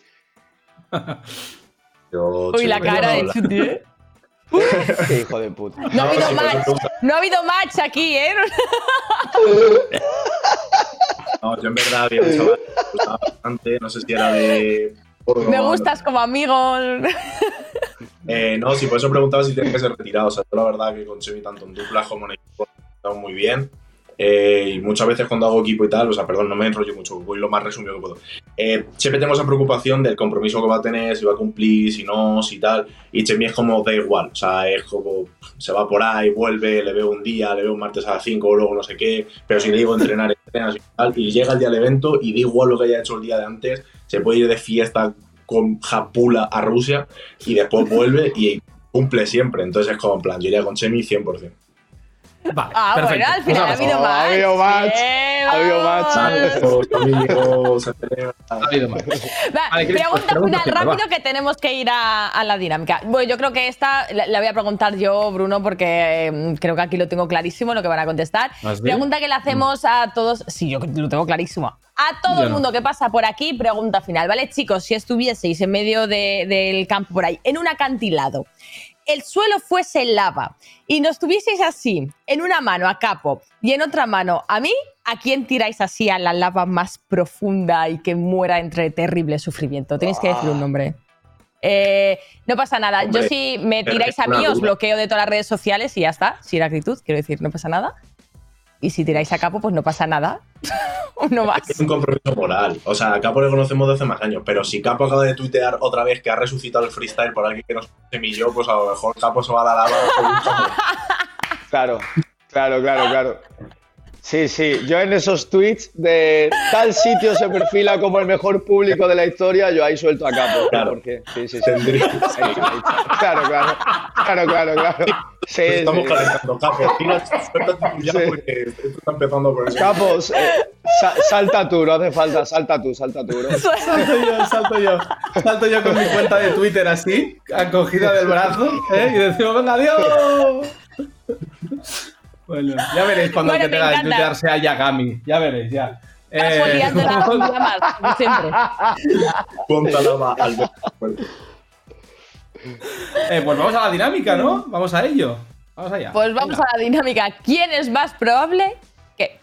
Yo, Uy, la cara de Chuti, ¿eh? Qué hijo de puta. No ha habido match, no ha habido match aquí, ¿eh? No, yo en verdad había un chaval que me gustaba bastante, no sé si era de... Me gustas como amigo. Eh, no, si por eso preguntaba si tiene que ser retirado. O sea, yo la verdad que con Chemi tanto en duplas como en equipo estamos muy bien. Eh, y muchas veces cuando hago equipo y tal, o sea, perdón, no me enrollo mucho, voy lo más resumido que puedo. Eh, siempre tengo esa preocupación del compromiso que va a tener, si va a cumplir, si no, si tal. Y Chemi es como, da igual, o sea, es como, se va por ahí, vuelve, le veo un día, le veo un martes a las cinco, luego no sé qué, pero si le digo entrenar, entrenas y tal, y llega el día del evento y da igual lo que haya hecho el día de antes, se puede ir de fiesta con Japula a Rusia y después vuelve y cumple siempre. Entonces es como en plan, yo iría con Chemi cien por cien. Vale, ah, perfecto. Bueno, al final ha habido Oh, match. ha habido match. Bien, Ha habido vamos. match. Amigos, Ha habido match. Va, Vale, Cris, pues pregunta pregunta final final, rápido va. que tenemos que ir a, a la dinámica. Bueno, yo creo que esta la, la voy a preguntar yo, Bruno, porque eh, creo que aquí lo tengo clarísimo lo que van a contestar. ¿Más bien? Pregunta que le hacemos a todos. Sí, yo lo tengo clarísimo. A todo Yo el no. mundo que pasa por aquí, pregunta final. ¿Vale, chicos? Si estuvieseis en medio de- del campo por ahí, en un acantilado, el suelo fuese lava y nos tuvieseis así, en una mano a Capo y en otra mano a mí, ¿a quién tiráis así a la lava más profunda y que muera entre terrible sufrimiento? Tenéis que decir un nombre. Eh, no pasa nada. Hombre, Yo si me tiráis a una mí, os duda. bloqueo de todas las redes sociales y ya está. Sin actitud, quiero decir, no pasa nada. Y si tiráis a Capo, pues no pasa nada. Uno más. Es un compromiso moral. O sea, a Capo le conocemos de hace más años, pero si Capo acaba de tuitear otra vez que ha resucitado el freestyle por alguien que nos semilló, pues a lo mejor Capo se va a la lava. con un jamón. Claro, claro, claro, claro. Sí, sí, yo en esos tweets de tal sitio se perfila como el mejor público de la historia, yo ahí suelto a Capo. Claro. Porque, sí, sí, sí. Tendría- Ahí está, ahí está. Claro, claro, claro, claro, claro. Sí, Pues estamos sí. calentando, Capo. Tira, suéltate tú ya Sí. porque esto está empezando por eso. Capos, eh, sa- salta tú, no hace falta, salta tú, salta tú, bro. Salto yo, salto yo. Salto yo con mi cuenta de Twitter así, acogida del brazo, ¿eh? Y decimos, venga, adiós. Bueno, ya veréis cuando Bueno, el que me tenga que encanta. tuitear sea Yagami. Ya veréis, ya. Capo Eh, liando la vamos- más, como siempre. Ponta lava al cuerpo. Eh, pues vamos a la dinámica, ¿no? Vamos a ello. Vamos allá. Pues vamos Venga. a la dinámica. ¿Quién es más probable que...?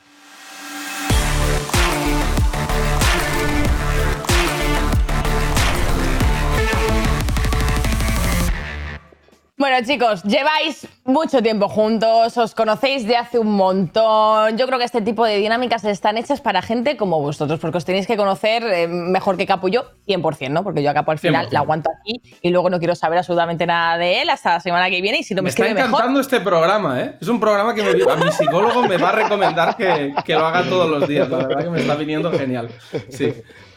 Bueno, chicos, lleváis mucho tiempo juntos, os conocéis de hace un montón. Yo creo que este tipo de dinámicas están hechas para gente como vosotros, porque os tenéis que conocer eh, mejor que Capu y yo, cien por cien, ¿no? Porque yo a Capu al final cien por cien. la aguanto aquí y luego no quiero saber absolutamente nada de él hasta la semana que viene y si no me, Me está escribe mejor... encantando este programa, ¿eh? Es un programa que me- a mi psicólogo me va a recomendar que, que lo haga todos los días. La verdad que me está viniendo genial. Sí.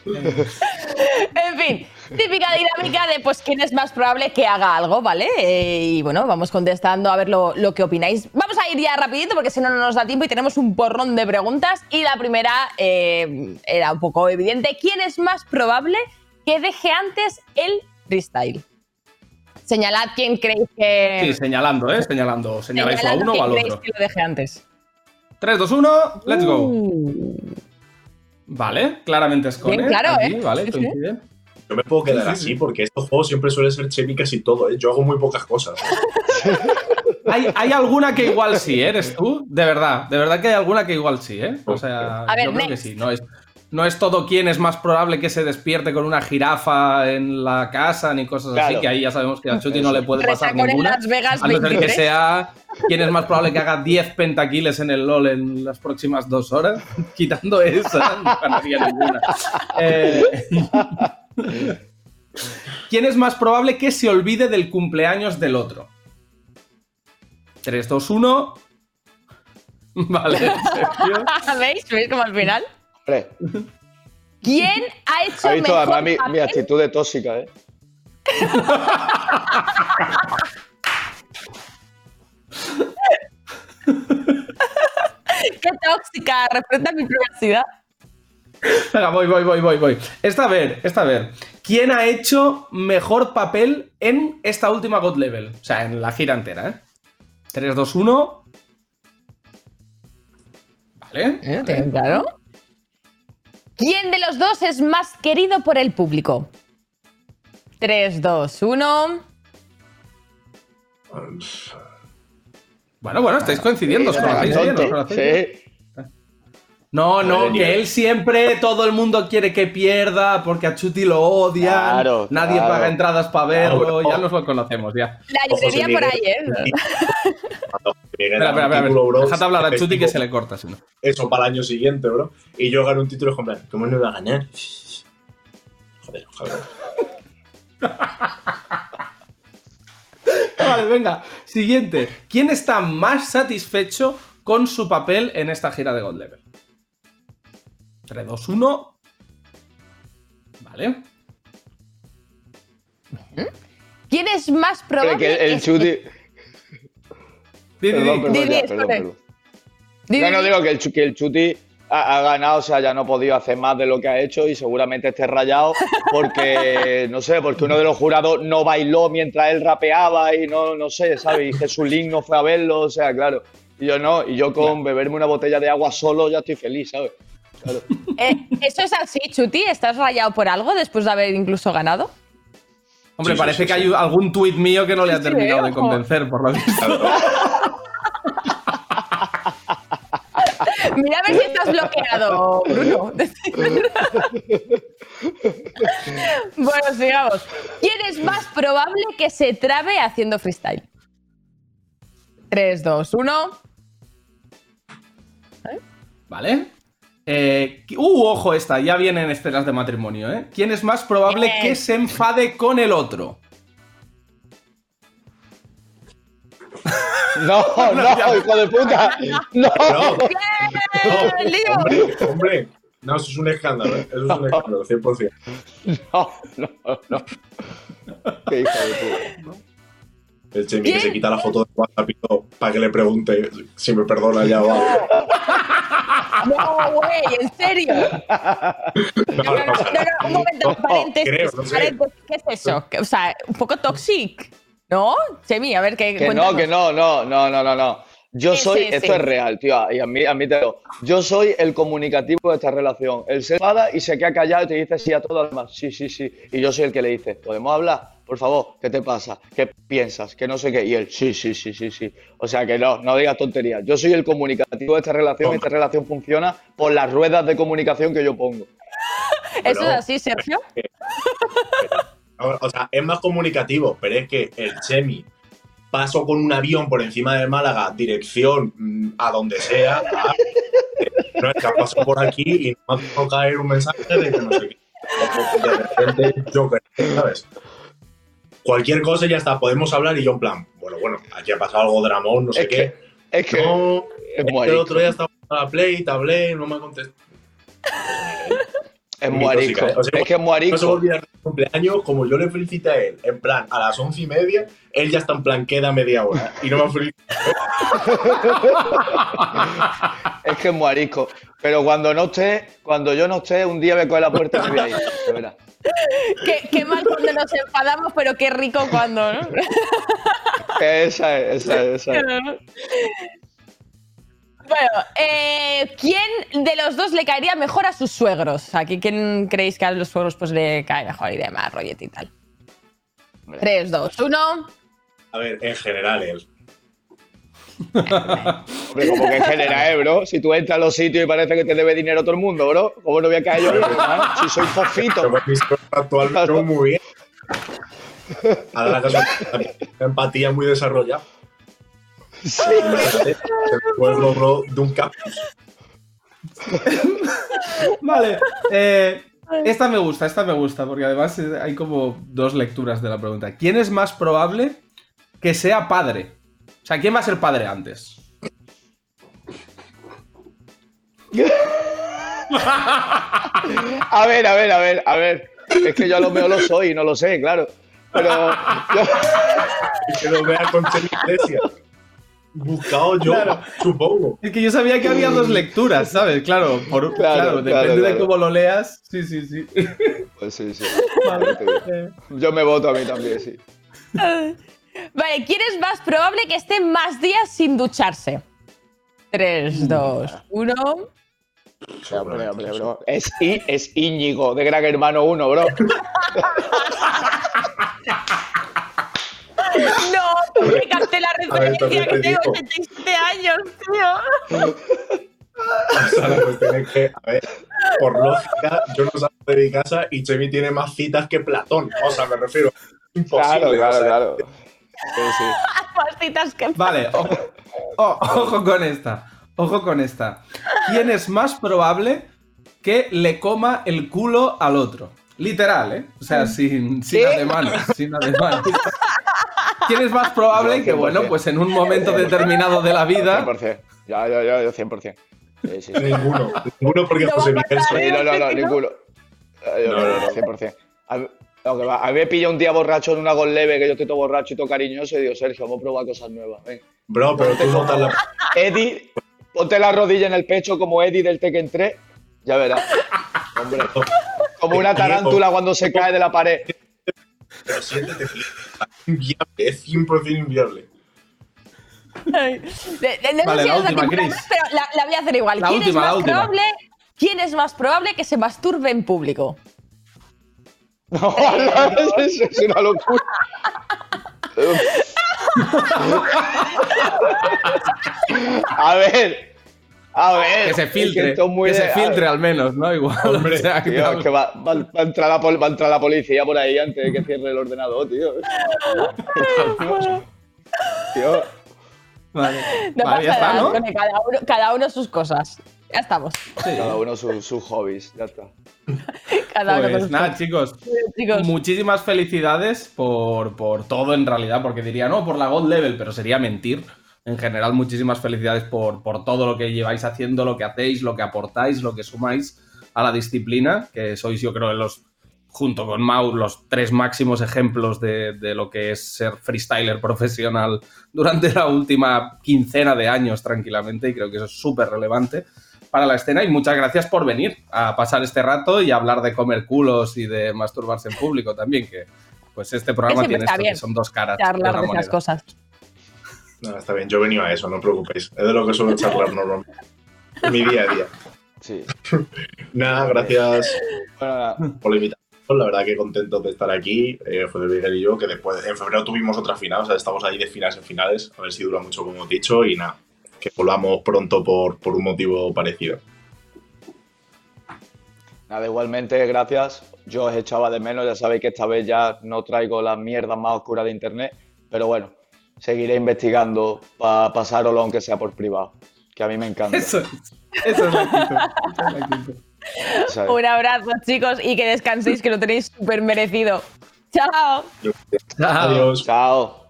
En fin, típica dinámica de pues quién es más probable que haga algo, ¿vale? Eh, y bueno, vamos contestando a ver lo, lo que opináis. Vamos a ir ya rapidito porque si no, no nos da tiempo y tenemos un porrón de preguntas. Y la primera eh, era un poco evidente. ¿Quién es más probable que deje antes el freestyle? Señalad quién creéis que... Sí, señalando, ¿eh? Señalando. ¿Señaláis o a señalad uno o quién al creéis otro? que lo deje antes. tres, dos, uno, let's go. Uh. Vale, claramente es Bien, claro, aquí, ¿eh? Vale, Sí, sí. coincide. Yo me puedo quedar Sí, sí, así sí. porque estos juegos siempre suele ser Chemi casi todo, ¿eh? Yo hago muy pocas cosas. Hay, hay alguna que igual sí, ¿eh? ¿Eres tú? De verdad, de verdad que hay alguna que igual sí, ¿eh? O sea, A ver, yo creo que next. sí. No es, no es todo quien es más probable que se despierte con una jirafa en la casa ni cosas así, Claro. que ahí ya sabemos que a Chuti no le puede pasar Resacón en ninguna. Las Vegas A no ser que veintitrés. sea quién es más probable que haga diez pentakiles en el LoL en las próximas dos horas. Quitando esa, no ganaría ninguna. Eh, ¿Quién es más probable que se olvide del cumpleaños del otro? tres, dos, uno. Vale, Sergio. ¿Veis? ¿Veis como al final? Hombre, ¿Quién ha hecho ha visto mejor además mi, mi papel? actitud de tóxica, ¿eh? ¡Qué tóxica! Respeta mi privacidad. Venga, voy, voy, voy, voy, voy. Esta vez, esta vez. ¿Quién ha hecho mejor papel en esta última God Level? O sea, en la gira entera, ¿eh? tres, dos, uno. Vale. ¿Tengo claro? ¿Quién de los dos es más querido por el público? tres, dos, uno. Bueno, bueno, estáis coincidiendo, os conocéis bien, os conocéis bien. Sí. No, no, Madre mía. que él siempre, todo el mundo quiere que pierda porque a Chuti lo odian, Claro, nadie claro. paga entradas para verlo, Claro. ya nos lo conocemos, ya. La José librería por Miguel. ahí, ¿eh? Cuando Miguel Espera, gana espera, un espera, título, bro, déjate hablar a Chuti que efectivo, se le corta, si no. Eso para el año siguiente, bro. Y yo gano un título y es como, en plan, ¿cómo no iba a ganar? Joder, joder. Vale, venga. Siguiente. ¿Quién está más satisfecho con su papel en esta gira de God Level? tres, dos, uno. Vale. ¿Quién es más Pero probable que el que- Chuti... Di, di, Perdón, di. perdón, Di, ya, di, perdón, espera. perdón. Di, No, di, no di. digo que el, Chu- que el Chuti ha, ha ganado, o sea, ya no ha podido hacer más de lo que ha hecho y seguramente esté rayado porque, no sé, porque uno de los jurados no bailó mientras él rapeaba y no, no sé, ¿sabes? Y Jesulín no fue a verlo, o sea, claro. Y yo no, y yo con beberme una botella de agua solo ya estoy feliz, ¿sabes? Claro. Eh, ¿Eso es así, Chuti? ¿Estás rayado por algo después de haber incluso ganado? Hombre, Sí, sí, parece sí, que sí. hay algún tuit mío que no le ha Sí, terminado de ojo. convencer, por lo visto. Mira a ver si estás bloqueado, Bruno. Bueno, sigamos. ¿Quién es más probable que se trabe haciendo freestyle? tres, dos, uno. ¿Vale? Eh, uh, ojo esta, ya vienen escenas de matrimonio, ¿eh? ¿Quién es más probable Bien. que se enfade con el otro? No, no, hijo de puta. No. No, ¡Bien, lío! hombre, hombre. No, eso es un escándalo, ¿eh? Eso es un escándalo, cien por cien. No, no, no. Qué hijo de puta. El Chemi que se quita la foto de WhatsApp y todo para que le pregunte si me perdona ya o algo. No, güey, ¿en serio? No, No, no, no, no, no, un momento, No, paréntesis, creo, no sé. paréntesis, ¿qué es eso? Que- O sea, un poco toxic, ¿no? Chemi, a ver qué. Que no, cuéntanos. que no, no, no, no, no, no. Yo Sí, soy, sí, esto sí. es real, tío, y a mí, admítelo. Yo soy el comunicativo de esta relación. Él se enfada y se queda callado y te dice sí a todo, además. Sí, sí, sí. Y yo soy el que le dice, ¿podemos hablar? por favor, ¿qué te pasa? ¿Qué piensas? Que no sé qué. Y él, sí, sí, sí, sí, sí. O sea que no, no digas tonterías. Yo soy el comunicativo de esta relación y esta relación funciona por las ruedas de comunicación que yo pongo. ¿Eso es así, Sergio? O sea, es más comunicativo, pero es que el Chemi pasó con un avión por encima de Málaga, dirección mm, a donde sea. A, no es que pasó por aquí y no me ha caer un mensaje de que no sé qué. De repente, yo, ¿sabes? Cualquier cosa ya está, podemos hablar y yo en plan, bueno, bueno, aquí ha pasado algo dramón, no sé es qué. Que, es que no, es es que el otro día estaba a la Play, te hablé, no me ha contestado. Es muy arico. O sea, es que es muy arico. No se va a olvidar del cumpleaños, como yo le felicité a él, en plan, a las once y media, él ya está en plan, queda media hora. Y no me ha felicitado. Es que es muy arico. Pero cuando no esté, cuando yo no esté, un día me coge la puerta y me voy a ir. De verdad. Qué, qué mal cuando nos enfadamos, pero qué rico cuando, ¿no? Esa es, esa es, esa es. Bueno, eh, ¿quién de los dos le caería mejor a sus suegros? Aquí, ¿quién creéis que a los suegros pues, le cae mejor y demás, rollete y tal? tres, dos, uno. A ver, en general, él. Hombre, como que en general, eh, bro. Si tú entras a los sitios y parece que te debe dinero todo el mundo, bro. ¿Cómo no voy a caer yo? Si soy fofito. Actualmente muy bien. A la casa, la empatía muy desarrollada. Sí. El pueblo, bro, de un campus. Vale. Eh, esta me gusta, esta me gusta, porque además hay como dos lecturas de la pregunta. ¿Quién es más probable que sea padre? O sea, ¿quién va a ser padre antes? A ver, a ver, a ver, a ver. Es que yo a lo mejor lo soy y no lo sé, claro. Pero. Yo... Que lo vea con Chemi Iglesias. Buscado yo, claro. Supongo. Es que yo sabía que había dos lecturas, ¿sabes? Claro, por, claro, claro depende claro, claro. de cómo lo leas. Sí, sí, sí. Pues sí, sí. Vale. Yo me voto a mí también, sí. Vale, ¿quién es más probable que esté más días sin ducharse? tres, dos, uno. Hombre, hombre, bro. Es, I, es Íñigo, de Gran Hermano uno, bro. No, me capté la referencia que tengo ochenta y siete años, tío. O sea, pues tiene que, a ver, por lógica, yo no salgo de mi casa y Chemi tiene más citas que Platón. O sea, me refiero, imposible. Claro, claro, o sea, claro. Sí, sí. Más citas que Vale, ojo, oh, ojo con esta, ojo con esta. ¿Quién es más probable que le coma el culo al otro? Literal, ¿eh? O sea, sin, sin ademanes, sin ademanes. ¿Quién es más probable que, bueno, pues en un momento determinado de la vida... cien por ciento. Ya, ya, ya, cien por ciento. Sí, sí, sí. Ninguno. Ninguno porque no José Miguel... Sí, no, no, no, ninguno. Yo, no, no, no, cien por ciento. A mí, no, que va. A mí me pilla un día borracho en una gol leve, que yo estoy todo borracho y todo cariñoso, y digo, Sergio, vamos a probar cosas nuevas. Ven. Bro, pero tú notas la... Eddie, ponte la rodilla en el pecho como Eddie del Tekken tres, ya verás. Hombre, como una tarántula cuando se cae de la pared. Pero siéntete, inviable, es cien por ciento inviable. De, de, de, vale, no la última, Chris. Pero la, la voy a hacer igual. La ¿Quién, última, es más la última. probable, ¿Quién es más probable que se masturbe en público? No, no, es, es una locura. A ver, a ver. Que se filtre, es que, que de, se filtre al menos, ¿no? Igual. Hombre, o sea, tío, claro. es que va, va, va, a entrar la, va a entrar la policía por ahí antes de que cierre el ordenador, tío. Tío. Vale, no vale, ya está, nada, ¿no? Cada uno, cada uno sus cosas. Ya estamos. Sí. Cada uno sus su hobbies, ya está. Cada uno pues con nada, sus chicos, chicos. Muchísimas felicidades por, por todo en realidad, porque diría, no, por la God Level, pero sería mentir. En general, muchísimas felicidades por, por todo lo que lleváis haciendo, lo que hacéis, lo que aportáis, lo que sumáis a la disciplina, que sois, yo creo, los, junto con Mau, los tres máximos ejemplos de, de lo que es ser freestyler profesional durante la última quincena de años, tranquilamente, y creo que eso es súper relevante para la escena. Y muchas gracias por venir a pasar este rato y hablar de comer culos y de masturbarse en público también, que pues este programa tiene esto, que son dos caras de hablar una de esas moneda. cosas. No, está bien, yo he venido a eso, no os preocupéis. Es de lo que suelo charlar normalmente. En mi día a día. Sí. Nada, gracias bueno, nada. por la invitación. La verdad que contentos de estar aquí, eh, José Miguel y yo, que después en febrero tuvimos otra final, o sea, estamos ahí de finales en finales, a ver si dura mucho como hemos dicho y nada, que volvamos pronto por, por un motivo parecido. Nada, igualmente, gracias. Yo os echaba de menos, ya sabéis que esta vez ya no traigo las mierdas más oscuras de internet, pero bueno, seguiré investigando para pasároslo aunque sea por privado, que a mí me encanta. Eso, eso es la actitud, eso es la actitud. Un abrazo, chicos, y que descanséis, que lo tenéis súper merecido. ¡Chao! Adiós. Chao.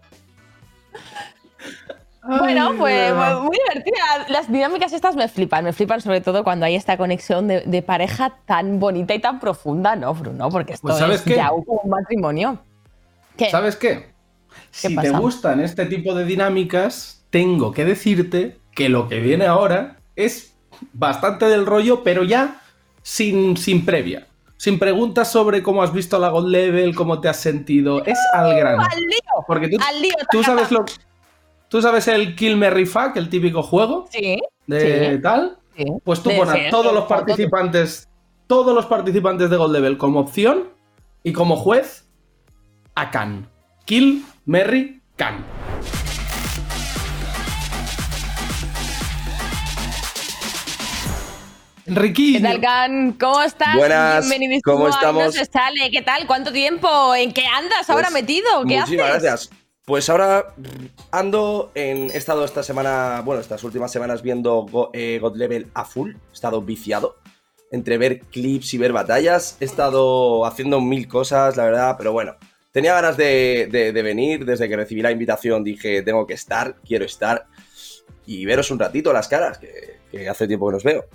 Bueno, Ay, pues verdad. muy divertida. Las dinámicas estas me flipan, me flipan sobre todo cuando hay esta conexión de, de pareja tan bonita y tan profunda, ¿no, Bruno? Porque esto Pues, ¿sabes es qué? ya un, un matrimonio. ¿Qué? ¿Sabes qué? Si te pasa? gustan este tipo de dinámicas, tengo que decirte que lo que viene ahora es bastante del rollo, pero ya sin, sin previa. Sin preguntas sobre cómo has visto la God Level, cómo te has sentido. Es al grano. ¡Al lío! Porque tú, ¡Al lío! tú tacata! sabes lo Tú sabes el Kill Merry Fuck, el típico juego Sí. de sí, tal. sí. Pues tú De pones ser, todos sí, los participantes, todos los participantes de God Level como opción y como juez a Khan. Kill Merry Khan. Enriquillo. ¿Qué tal, Can? ¿Cómo estás? Buenas, Bienvenidísimo ¿cómo a estamos? No se sale. ¿Qué tal? ¿Cuánto tiempo? ¿En qué andas ahora Pues, metido? ¿Qué haces? Muchísimas gracias. Pues ahora ando en. He estado esta semana, bueno, estas últimas semanas viendo Go- eh, God Level a full. He estado viciado. Entre ver clips y ver batallas. He estado haciendo mil cosas, la verdad, pero bueno. Tenía ganas de, de- de venir. Desde que recibí la invitación dije, tengo que estar, quiero estar. Y veros un ratito las caras, que, que hace tiempo que nos veo.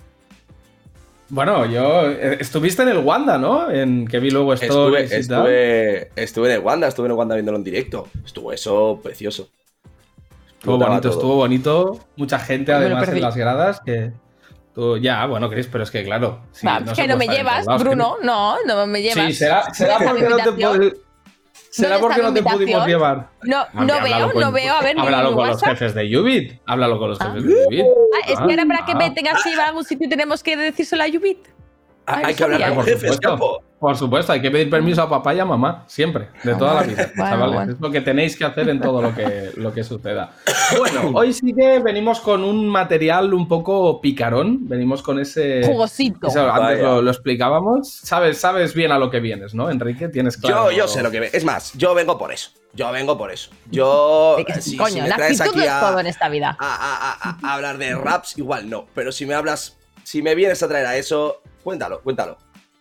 Bueno, yo. eh, Estuviste en el Wanda, ¿no? En que vi luego Estuve, stories y tal. estuve, estuve en el Wanda, estuve en el Wanda viéndolo en directo. Estuvo eso precioso. Estuvo Explotaba bonito, todo. estuvo bonito. Mucha gente Pues me lo además perdí. en las gradas que. Tú, ya, bueno, Chris, pero es que claro. sí, Va, no es se que no puede me estar en llevas, todos lados, Bruno. Chris. No, no me llevas. Sí, será, será ¿Dónde porque está no mi te invitación? puedo- Será ¿Dónde porque está no mi te pudimos invitación? llevar. No, Hombre, no háblalo veo, con- no veo. A ver, ni Háblalo mi con los WhatsApp. jefes de Ubit. Háblalo con los jefes de Ubit. Ah, es que ahora para que Ah. me tengas que llevar a algún sitio tenemos que decírselo a Yubit. Hay Ay, que hablar sabía. con Por jefes, supuesto, capo. por supuesto, hay que pedir permiso a papá y a mamá, siempre, de toda la vida, Bueno, chavales. bueno. Es lo que tenéis que hacer en todo lo que, lo que suceda. Bueno, hoy sí que venimos con un material un poco picarón, venimos con ese... Jugosito. eso, antes Vaya. lo, lo explicábamos. Sabes, sabes bien a lo que vienes, ¿no, Enrique? Tienes claro. Yo, yo sé lo que ve. Es más, yo vengo por eso. Yo vengo por eso. Yo. De que- si, coño, si me la traes actitud aquí es a, todo en esta vida. a- a- a- a hablar de raps, igual no. Pero si me hablas. Si me vienes a traer a eso, cuéntalo, cuéntalo.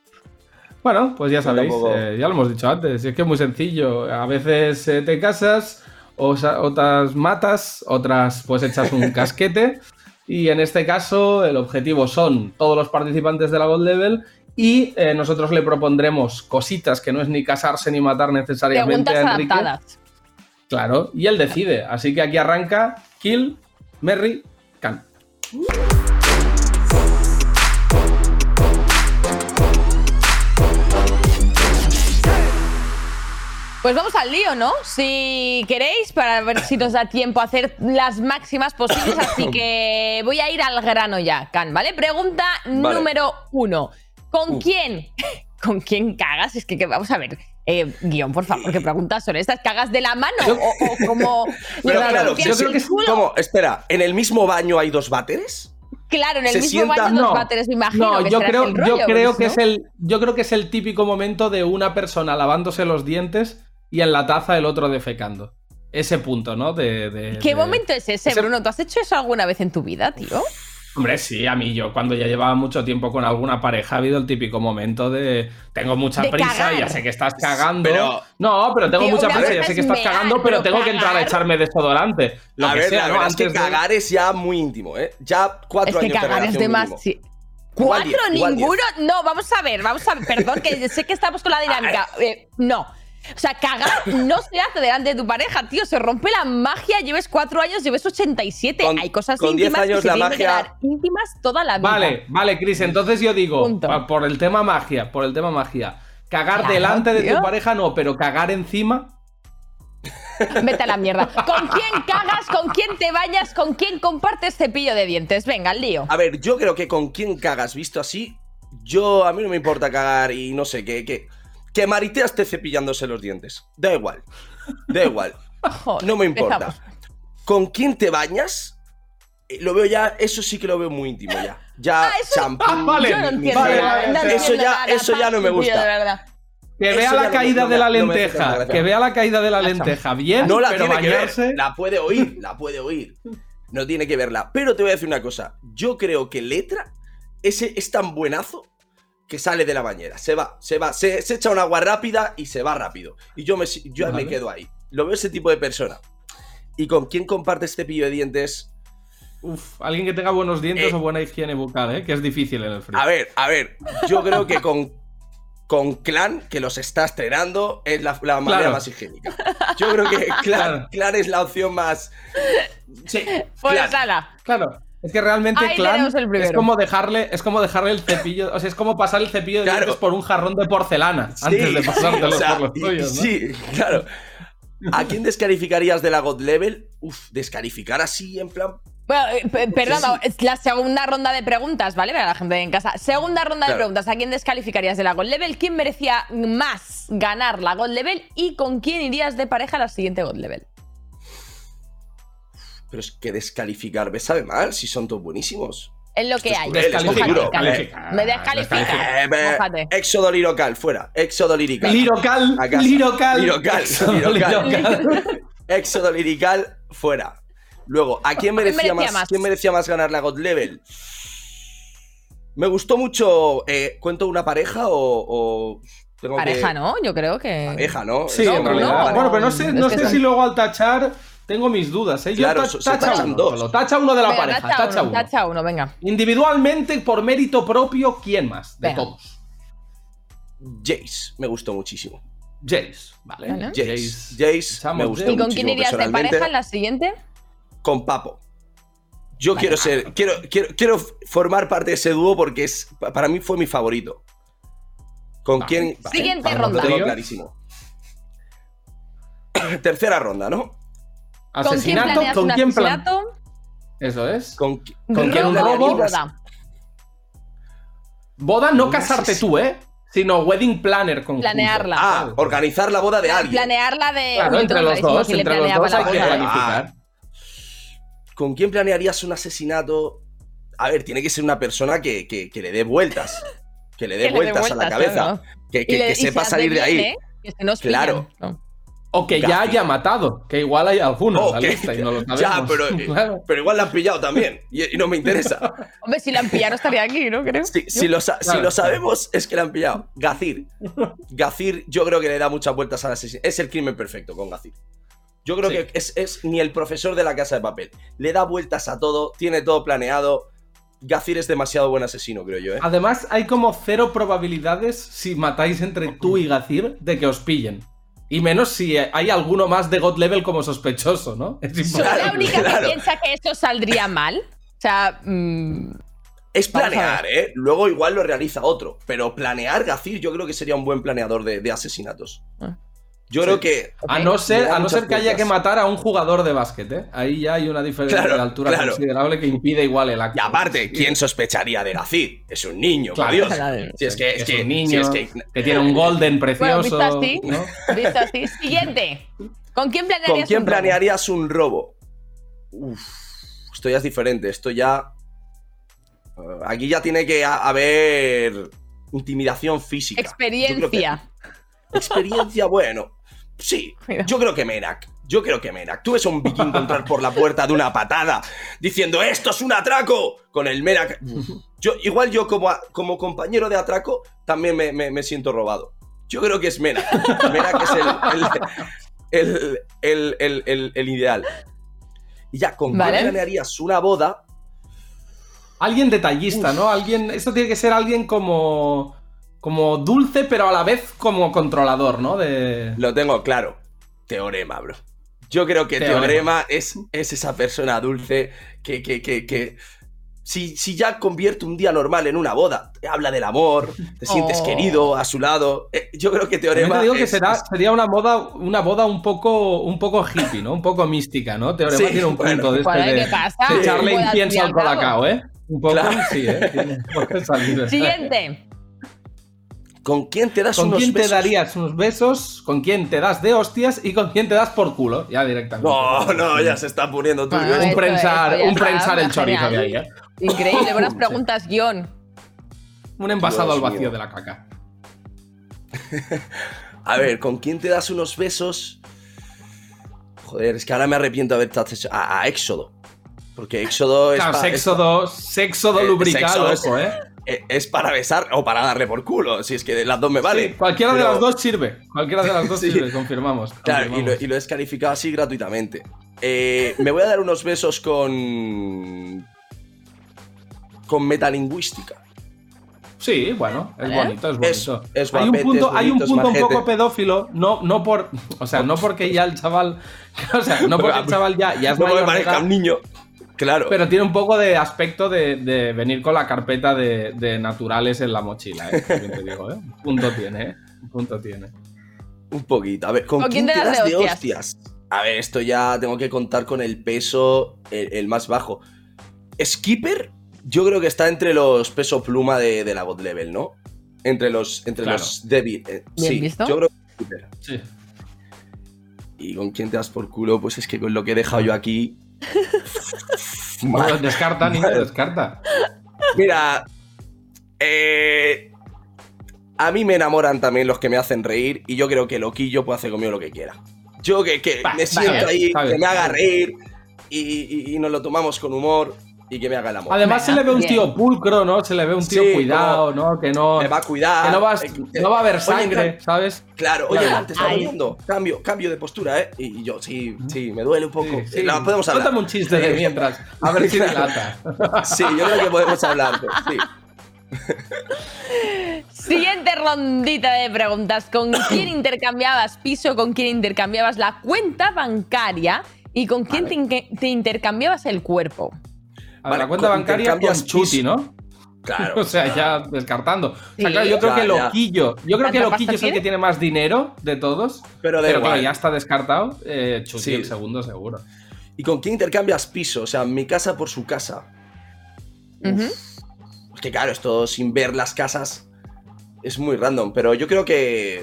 Bueno, pues ya sabéis, Tampoco- eh, ya lo hemos dicho antes, es que es muy sencillo. A veces eh, te casas, o sa- otras matas, otras pues echas un casquete. Y en este caso el objetivo son todos los participantes de la God Level y eh, nosotros le propondremos cositas que no es ni casarse ni matar necesariamente Preguntas a Enrique. adaptadas. Claro, y él decide. Así que aquí arranca Kill, Merry, Khan. Pues vamos al lío, ¿no? Si queréis, para ver si nos da tiempo a hacer las máximas posibles. Así que voy a ir al grano ya, Can, ¿vale? Pregunta Vale. número uno. ¿Con Uh. quién? ¿Con quién cagas? Es que, que vamos a ver. Eh, guión, por favor, ¿qué preguntas son estas? ¿Cagas de la mano? ¿O, o como.? Pero ¿Le claro, rompías yo creo el que es. culo? ¿Cómo? Espera, ¿en el mismo baño hay dos váteres? Claro, en el se mismo sienta- baño dos No, váteres, me imagino. No, que yo será creo, el yo rollo, creo porque que si es no- el, yo creo que es el típico momento de una persona lavándose los dientes y en la taza el otro defecando. Ese punto, ¿no? De, de- ¿Qué de- momento es ese, ese- Bruno? ¿Tú has hecho eso alguna vez en tu vida, tío? Hombre, sí, a mí yo cuando ya llevaba mucho tiempo con alguna pareja ha habido el típico momento de tengo mucha De prisa, cagar. ya sé que estás cagando. Pero- no, pero tengo Tío, mucha una prisa, ya cosa sé que es estás mear, cagando, pero pero tengo que entrar a cagar- echarme desodorante. Lo a que ver, sea, la ¿no? verdad es que Antes de- cagar es ya muy íntimo, ¿eh? Ya cuatro Es que años de cagar es relación de más. mínimo. sí. Igual ¿Cuatro? diez, igual ¿Ninguno? No, vamos a ver, vamos a ver. Perdón, que sé que estamos con la dinámica. Eh, no. O sea, cagar no se hace delante de tu pareja, tío. Se rompe la magia. Lleves cuatro años, lleves ochenta y siete. Con- Hay cosas con diez íntimas años que se la tienen que magia- quedar íntimas toda la vida. Vale, vale, Chris, entonces yo digo, Punto. pa- por el tema magia, por el tema magia, cagar Claro, delante de tío. tu pareja no, pero cagar encima. Vete a la mierda. ¿Con quién cagas? ¿Con quién te bañas? ¿Con quién compartes cepillo de dientes? Venga, al lío. A ver, yo creo que con quién cagas visto así, yo a mí no me importa cagar y no sé, que, que, Que Maritea esté cepillándose los dientes. Da igual. Da igual. No me importa. empezamos. ¿Con quién te bañas? Lo veo ya, eso sí que lo veo muy íntimo ya. Ya, Ah, eso- champú. Ah, vale. Yo no entiendo Vale, nada, vale, no vale. Eso entiendo ya- nada, eso ya no me tío, gusta. de verdad. Que Eso vea ya la no me- caída no me- de la no me hace tanta lenteja. gracia. Que vea la caída de la lenteja. Bien, No la pero tiene que bañarse. ver, la puede oír, la puede oír. No tiene que verla. Pero te voy a decir una cosa. Yo creo que Letra ese es tan buenazo que sale de la bañera. Se va, se va, se, se echa un agua rápida y se va rápido. Y yo me, yo Vale. me quedo ahí. Lo veo ese tipo de persona. ¿Y con quién compartes cepillo de dientes? Uf, alguien que tenga buenos dientes Eh. o buena higiene bucal, ¿eh? Que es difícil en el frío. A ver, a ver. Yo creo que con, con Clan, que los está estrenando, es la, la manera Claro. más higiénica. Yo creo que Clan, Claro. Clan es la opción más... Sí, Pues Clan. sala. claro. Es que realmente Ahí Clan tenemos el es primero. como dejarle, es como dejarle el cepillo, o sea, es como pasar el cepillo de Claro. dientes por un jarrón de porcelana Sí, antes de pasártelo o sea, por los y- tuyos, ¿no? Sí, claro. ¿A quién descalificarías de la God Level? Uf, descalificar así en plan... Bueno, eh, pe- perdón, Sí, sí. es la segunda ronda de preguntas, ¿vale? Para la gente en casa. Segunda ronda de Claro. preguntas. ¿A quién descalificarías de la God Level? ¿Quién merecía más ganar la God Level? ¿Y con quién irías de pareja a la siguiente God Level? Pero es que descalificar me sabe mal, si son todos buenísimos. Es lo que Esto es hay. cruel, esto es Mójate, duro. Carlos. Descalifica. Me descalifica. Eh, me- Mójate. Éxodo lirical, fuera. Éxodo lirical. Lirocal, A casa. lirocal. Lirocal, Éxodo lirocal. lirocal. Éxodo lirical, fuera. Luego, ¿a quién merecía, merecía más, más? ¿quién merecía más ganar la God Level? Me gustó mucho. eh, ¿Cuento una pareja o.? o tengo Pareja, que... ¿no? Yo creo que. Pareja, ¿no? Sí, No, en realidad. no, Bueno, pero no sé, es no que sé son- si luego al tachar tengo mis dudas, ¿eh? Yo Claro, ta- se- se tacha tachan uno, dos. solo. Tacha uno de la Venga, pareja, tacha tacha uno, uno. tacha uno, venga. Individualmente, por mérito propio, ¿quién más? De Venga. todos. Jace, me gustó muchísimo. Jace, ¿vale? Vale. Jace, Jace, Echamos me gustó Jace. ¿Y con muchísimo quién irías de personalmente. pareja en la siguiente? Con Papo. Yo quiero ser, quiero, quiero, quiero formar parte de ese dúo porque es, pa- para mí fue mi favorito. ¿Con quién? Siguiente Lo ronda. tengo clarísimo. Tercera ronda, ¿no? ¿Con quién Asesinato, planeas ¿con un quién plan? asesinato? Eso es. ¿Con, qui- ¿Con quién un Robo robo? y boda. Boda, no Un casarte ases- tú, ¿eh? Sino wedding planner conjunto. Planearla. Ah, organizar la boda de alguien. Planearla de. Claro, Uy, entre tengo los clarísimo dos, quién le entre los planeaba dos la hay que boda. planificar. ¿Con quién planearías un asesinato? A ver, tiene que ser una persona que, que- que le dé vueltas. Que le dé Que le dé vueltas, a la vueltas, cabeza. claro. Que, Y que- le- que y se sepa hace salir de ahí. bien, ¿eh? Que se nos Claro. pillan. No. O que ya Gafi. haya matado, que igual hay alguno en Oh, la que- lista y no lo sabemos. ya, pero, eh, Claro. pero igual la han pillado también. Y, y no me interesa. Hombre, si la han pillado no estaría aquí, ¿no? Creo. Si, si lo, sa- si Claro. lo sabemos, es que la han pillado. Gazir. Gazir, yo creo que le da muchas vueltas al asesino. Es el crimen perfecto con Gazir. Yo creo Sí. que es, es ni el profesor de la Casa de Papel. Le da vueltas a todo, tiene todo planeado. Gazir es demasiado buen asesino, creo yo, ¿eh? Además, hay como cero probabilidades si matáis entre tú y Gazir de que os pillen. Y menos si hay alguno más de God Level como sospechoso, ¿no? Es Soy imposible. la única claro. que piensa que eso saldría mal. O sea. mm, Es Vamos a planear, ¿eh? Luego igual lo realiza otro. Pero planear, Gazir, yo creo que sería un buen planeador de, de asesinatos. Ah. Yo creo que. A no ser, le da a no muchas ser que haya que vueltas. matar a un jugador de básquet, ¿eh? Ahí ya hay una diferencia Claro, de altura claro. considerable que impide igual el acto. Y aparte, ¿quién sospecharía de Gazir? Es un niño, Claro. por Dios. Claro. Si es que. Es, Es que, un niño si es que... que- tiene un golden Bueno, precioso. visto así. ¿no? Visto así. Siguiente. ¿Con quién planearías ¿Con quién un robo? planearías un robo? Uf, esto ya es diferente. Esto ya. eh, Aquí ya tiene que ha- haber intimidación física. Yo creo que- Experiencia. Experiencia, bueno. Sí, Mira. yo creo que Menak. Yo creo que Menak. Tú ves a un vikingo entrar por la puerta de una patada diciendo ¡esto es un atraco! Con el Menak. Yo, igual yo como, a- como compañero de atraco también me, me- me siento robado. Yo creo que es Menak. Menak es el, el, el, el, el- el- el ideal. Y ya, ¿con Vale. quién planearías una boda? Alguien detallista, ¿no? Alguien. Esto tiene que ser alguien como. Como dulce, pero a la vez como controlador, ¿no? De. Lo tengo claro. Teorema, bro. Yo creo que Teorema. Teorema, es, es esa persona dulce que, que, que, que si, si ya convierte un día normal en una boda, te habla del amor, te sientes Oh. querido a su lado. Eh, yo creo que También Teorema te digo que es- será, es- sería una boda, una boda un poco, un poco hippie, ¿no? Un poco mística, ¿no? Teorema Sí, tiene un punto bueno. de, este Joder, de, ¿qué pasa? de echarle Boda incienso al al fin y al cabo. colacao, ¿eh? Un poco, Claro. sí, ¿eh? Tiene- puede salir. Siguiente. ¿Con quién te das ¿Con unos quién besos? te darías unos besos? ¿Con quién te das de hostias? ¿Y con quién te das por culo? Ya directamente. No, no, ya se está poniendo turbio. Bueno, un esto- prensar, esto ya un está prensar el chorizo genial. de ahí, ¿eh? Increíble, buenas preguntas, guión. Un envasado Dios al vacío mío. de la caca. A ver, ¿con quién te das unos besos? Joder, es que ahora me arrepiento de haber hecho a, a Éxodo. Porque Éxodo es Claro, pa- sexodo, sexodo es- lubricado, Éxodo ojo, es, ¿eh? es- es para besar o para darle por culo. Si es que las dos me valen. Sí, cualquiera de Pero- las dos sirve. Cualquiera de las dos Sí. sirve, confirmamos. Claro, y confirmamos. lo, y lo he descalificado así gratuitamente. Eh, me voy a dar unos besos con. con metalingüística. Sí, bueno, es ¿Vale? bonito, es Es- bonito. es hay un guapete, punto, es hay un, bonito, es punto un majete. poco pedófilo, no, no por. O sea, no porque ya el chaval. O sea, no porque el chaval ya, ya es No me mayor de parezca edad, un niño. Claro. pero tiene un poco de aspecto de, de venir con la carpeta de, de naturales en la mochila, ¿eh? También te digo, ¿eh? Un punto tiene, ¿eh? Un punto tiene. Un poquito. A ver, ¿con, quién te das de hostias? A ver, esto ya tengo que contar con el peso, el, el más bajo. Skipper, yo creo que está entre los peso pluma de, de la God Level, ¿no? Entre los, entre Claro. los débil. eh, Bien sí, visto. yo creo que Skipper. Sí. ¿Y con quién te das por culo? Pues es que con lo que he dejado yo aquí. Bueno, descarta, ni Madre. descarta. Mira, eh, a mí me enamoran también los que me hacen reír y yo creo que Loquillo puede hacer conmigo lo que quiera. Yo que, que Va, me está siento bien, ahí, está que bien. me haga reír y, y- y nos lo tomamos con humor y que me haga el amor. Además se le ve un tío pulcro, ¿no? Se le ve un tío Sí, cuidado, ¿no? Que no. me va a cuidar. Que no, vas- eh, que- no va a haber Oye, sangre, claro, ¿sabes? Claro, oye, Claro. te está doliendo. Cambio, cambio de postura, ¿eh? Y, y yo, sí, sí, me duele un poco. Sí, sí. Eh, la podemos hablar. Cuéntame un chiste de mientras. A ver si dilata. Sí, yo creo que podemos hablar. pues, sí. Siguiente rondita de preguntas. ¿Con quién intercambiabas piso? ¿Con quién intercambiabas la cuenta bancaria? ¿Y con quién te, inque- te intercambiabas el cuerpo? A ver, Vale, la cuenta con- bancaria con intercambias Chuti, piso. ¿no? Claro. O sea, ya descartando. O sea, Sí. claro, yo creo Ya, que ya. Loquillo. Yo creo que ¿Cuánta Loquillo pasta es el que tiene? tiene más dinero de todos. Pero da Pero claro, igual. ya está descartado. Eh, Chuti Sí. el segundo, seguro. ¿Y con quién intercambias piso? O sea, mi casa por su casa. Ujú. Es que claro, esto sin ver las casas es muy random, pero yo creo que...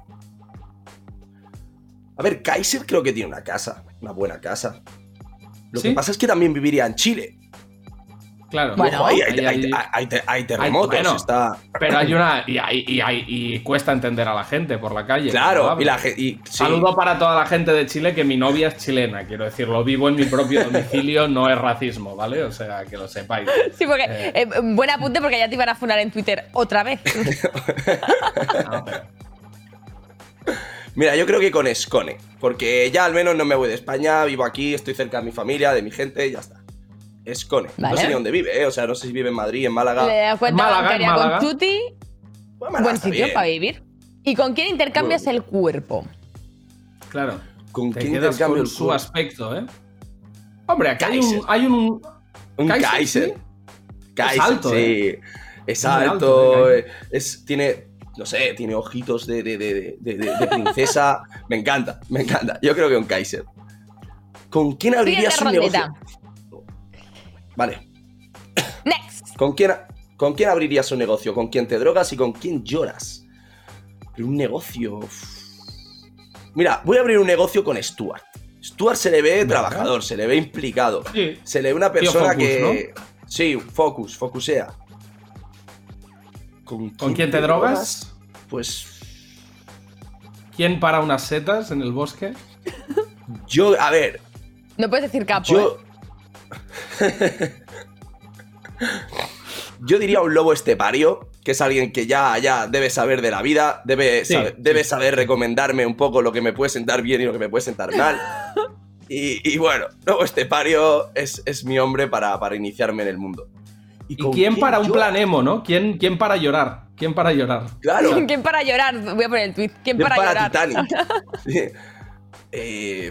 A ver, Kaiser creo que tiene una casa, una buena casa. Lo ¿Sí? que pasa es que también viviría en Chile. Claro. Bueno, ahí hay, Ahí hay- hay- hay- hay- hay terremotos, Hay- bueno, está... Pero hay una. Y, hay- y, hay- y cuesta entender a la gente por la calle. Claro, ¿no? y la gente... y- sí. Saludo para toda la gente de Chile, que mi novia es chilena, quiero decir, lo vivo en mi propio domicilio, no es racismo, ¿vale? O sea, que lo sepáis. Sí, porque. Eh. eh, buen apunte porque ya te iban a funar en Twitter otra vez. No, pero- Mira, yo creo que con Escone, porque ya al menos no me voy de España, vivo aquí, estoy cerca de mi familia, de mi gente, y ya está. Escone. No Vale. sé ni dónde vive, ¿eh? O sea, no sé si vive en Madrid, en Málaga. Le da cuenta Málaga, bancaria Málaga. con Chuti. Pues Málaga Buen está sitio bien. para vivir. ¿Y con quién intercambias el cuerpo? Claro. ¿Con Te quién quedas intercambio con el su cuerpo? aspecto, ¿eh? Hombre, aquí hay Kaiser. un. Hay un, Un Kaiser, Kaiser. ¿sí? Kaiser, Es alto, sí. ¿eh? Es Muy alto, alto, ¿eh? eh, es, tiene, no sé, tiene ojitos de, de, de, de, de- de princesa. Me encanta, me encanta. Yo creo que un Kaiser. ¿Con quién abrirías Siguiente un rondita. negocio? Vale. Next. ¿Con quién, ¿Con quién abrirías un negocio? ¿Con quién te drogas y con quién lloras? Pero un negocio... uf. Mira, voy a abrir un negocio con Stuart. Stuart se le ve ¿Verdad? trabajador, se le ve implicado. Sí. Se le ve una Tío persona focus, que... Sí, focus, focusea. ¿Con, ¿Con quién te drogas? Pues ¿Quién para unas setas en el bosque? yo, a ver, No puedes decir capo. yo... ¿eh? Yo diría un lobo estepario, que es alguien que ya, ya debe saber de la vida, debe, Sí, saber, sí. debe saber recomendarme un poco lo que me puede sentar bien y lo que me puede sentar mal. Y, y bueno, lobo estepario es, es mi hombre para, para iniciarme en el mundo. ¿Y con quién para un yo? plan emo, no? ¿Quién, ¿Quién para llorar? ¿Quién para llorar? Claro, ¿Quién para llorar? Voy a poner el tweet. ¿Quién bien para, para llorar? Titanic. Sí. Eh,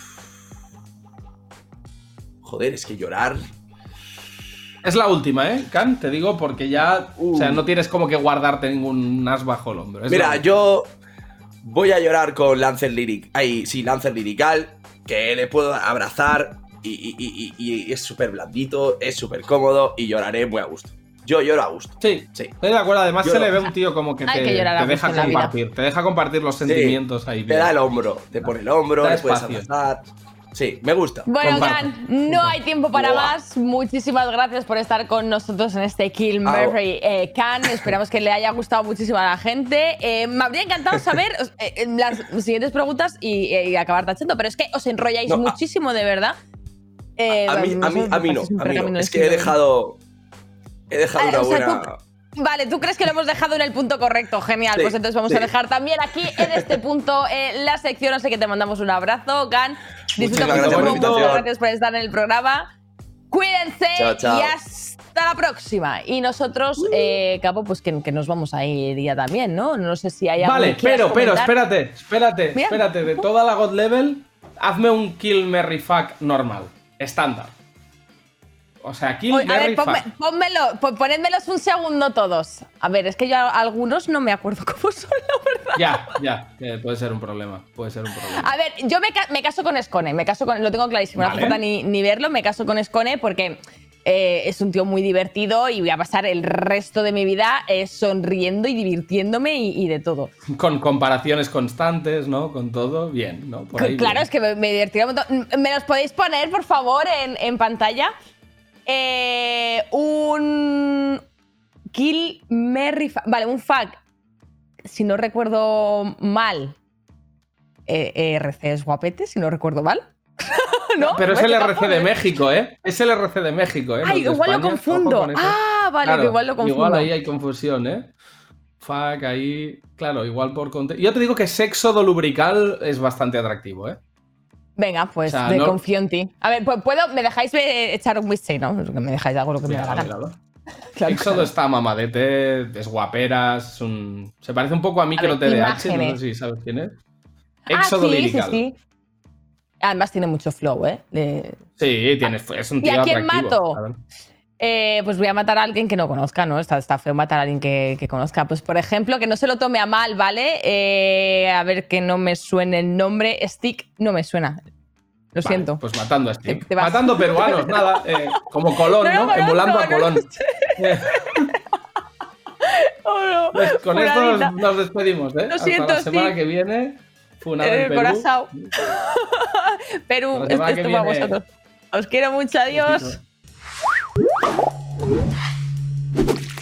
joder, es que llorar... Es la última, ¿eh, Can? Te digo porque ya. Uh. O sea, no tienes como que guardarte ningún as bajo el hombro. Es la Mira, última. yo voy a llorar con Lancer Lyric. Ay, sí, Lancer Lirical, que le puedo abrazar y, y- y- y- y es súper blandito, es súper cómodo y lloraré muy a gusto. Yo lloro a gusto. Sí, sí. Estoy de acuerdo. Además, Lloro. se le ve un tío como que Hay te, que llorar a te deja gusto en la compartir. Te deja compartir los sentimientos Sí, ahí. Te bien. da el hombro, te pone el hombro, Da le puedes espacio. abrazar. Sí, me gusta. Bueno, Comparto. Gan, no hay tiempo para Buah. más. Muchísimas gracias por estar con nosotros en este Kill Ah, Murray eh, Can. Esperamos que le haya gustado muchísimo a la gente. Eh, me habría encantado saber eh, eh, las siguientes preguntas y, eh, y acabar tachando, pero es que os enrolláis No, a- muchísimo, de verdad. Eh, A mí, a mí, a mí no, pasáis un a mí pergamino no. de Es que he estilo. dejado. He dejado Ah, una o sea, buena. tú- Vale, tú crees que lo hemos dejado en el punto correcto. Genial, Sí, pues entonces vamos sí. a dejar también aquí en este punto eh, la sección. Así que te mandamos un abrazo, Gan. Disfruta Muchísimas gracias por la muchísimo. invitación. Muchas gracias por estar en el programa. Cuídense Chao, chao. y hasta la próxima. Y nosotros, eh, Capo, pues que, que nos vamos a ir ya también, ¿no? No sé si hay algo Vale, que quieras pero, pero, comentar. espérate, espérate, Mira. espérate. De toda la God Level, hazme un Kill Merry Fuck normal, estándar. O sea, Kill Oye, a Merry ver, ponme- Fuck. pónmelo, pon- ponedmelos un segundo todos. A ver, es que yo a algunos no me acuerdo cómo son, la verdad. Ya, ya, eh, puede ser un problema, puede ser un problema. A ver, yo me, ca- me caso con Skone, me caso con, lo tengo clarísimo, no hace Vale. falta ni, ni verlo, me caso con Skone porque eh, es un tío muy divertido y voy a pasar el resto de mi vida eh, sonriendo y divirtiéndome y, y de todo. Con comparaciones constantes, ¿no? Con todo, bien, ¿no? Por ahí, Claro, bien. es que me, me divertiría un montón. ¿Me los podéis poner, por favor, en, en pantalla? Eh, un Kill Merry Fuck. Vale, un fuck. Si no recuerdo mal. Eh, R C es guapete, si no recuerdo mal. ¿No? Pero es el ¿Ves? R C de México, ¿eh? Es el R C de México, ¿eh? Ay, Los de igual lo España, confundo. ojo con eso. Ah, vale, Claro, que igual lo confundo. Igual ahí hay confusión, ¿eh? Fuck, ahí. Claro, igual por contexto. Yo te digo que sexo lubrical es bastante atractivo, ¿eh? Venga, pues O sea, me no- confío en ti. A ver, pues puedo, me dejáis eh, echar un whisky, ¿no? Me dejáis algo lo que me da la Míralo, gana. míralo. Claro, Éxodo claro. está mamadete, es guaperas, es un... se parece un poco a Micro ver, T D H, no imágenes. sé si sabes quién es. Ah, Éxodo sí, lirical. sí, sí. Además tiene mucho flow, ¿eh? Le- Sí, tienes, es un ¿Y tío a quién atractivo. mato? A ver. Eh, pues voy a matar a alguien que no conozca, ¿no? Está, está feo matar a alguien que, que conozca. Pues, por ejemplo, que no se lo tome a mal, ¿vale? Eh, a ver, que no me suene el nombre. Stick no me suena. Lo Vale, siento. Pues matando a Stick. Te- te vas. Matando peruanos, nada. eh, como Colón, No, ¿no? no, Emulando no, a no, Colón. no. Eh, Oh, no. pues con esto Furadita. nos, nos despedimos, ¿eh? Lo Hasta siento, la semana Stick. que viene. Funada Eh, en Perú. Corazao. Perú, La esto semana es que para viene- vosotros. Os quiero mucho, adiós. Besito.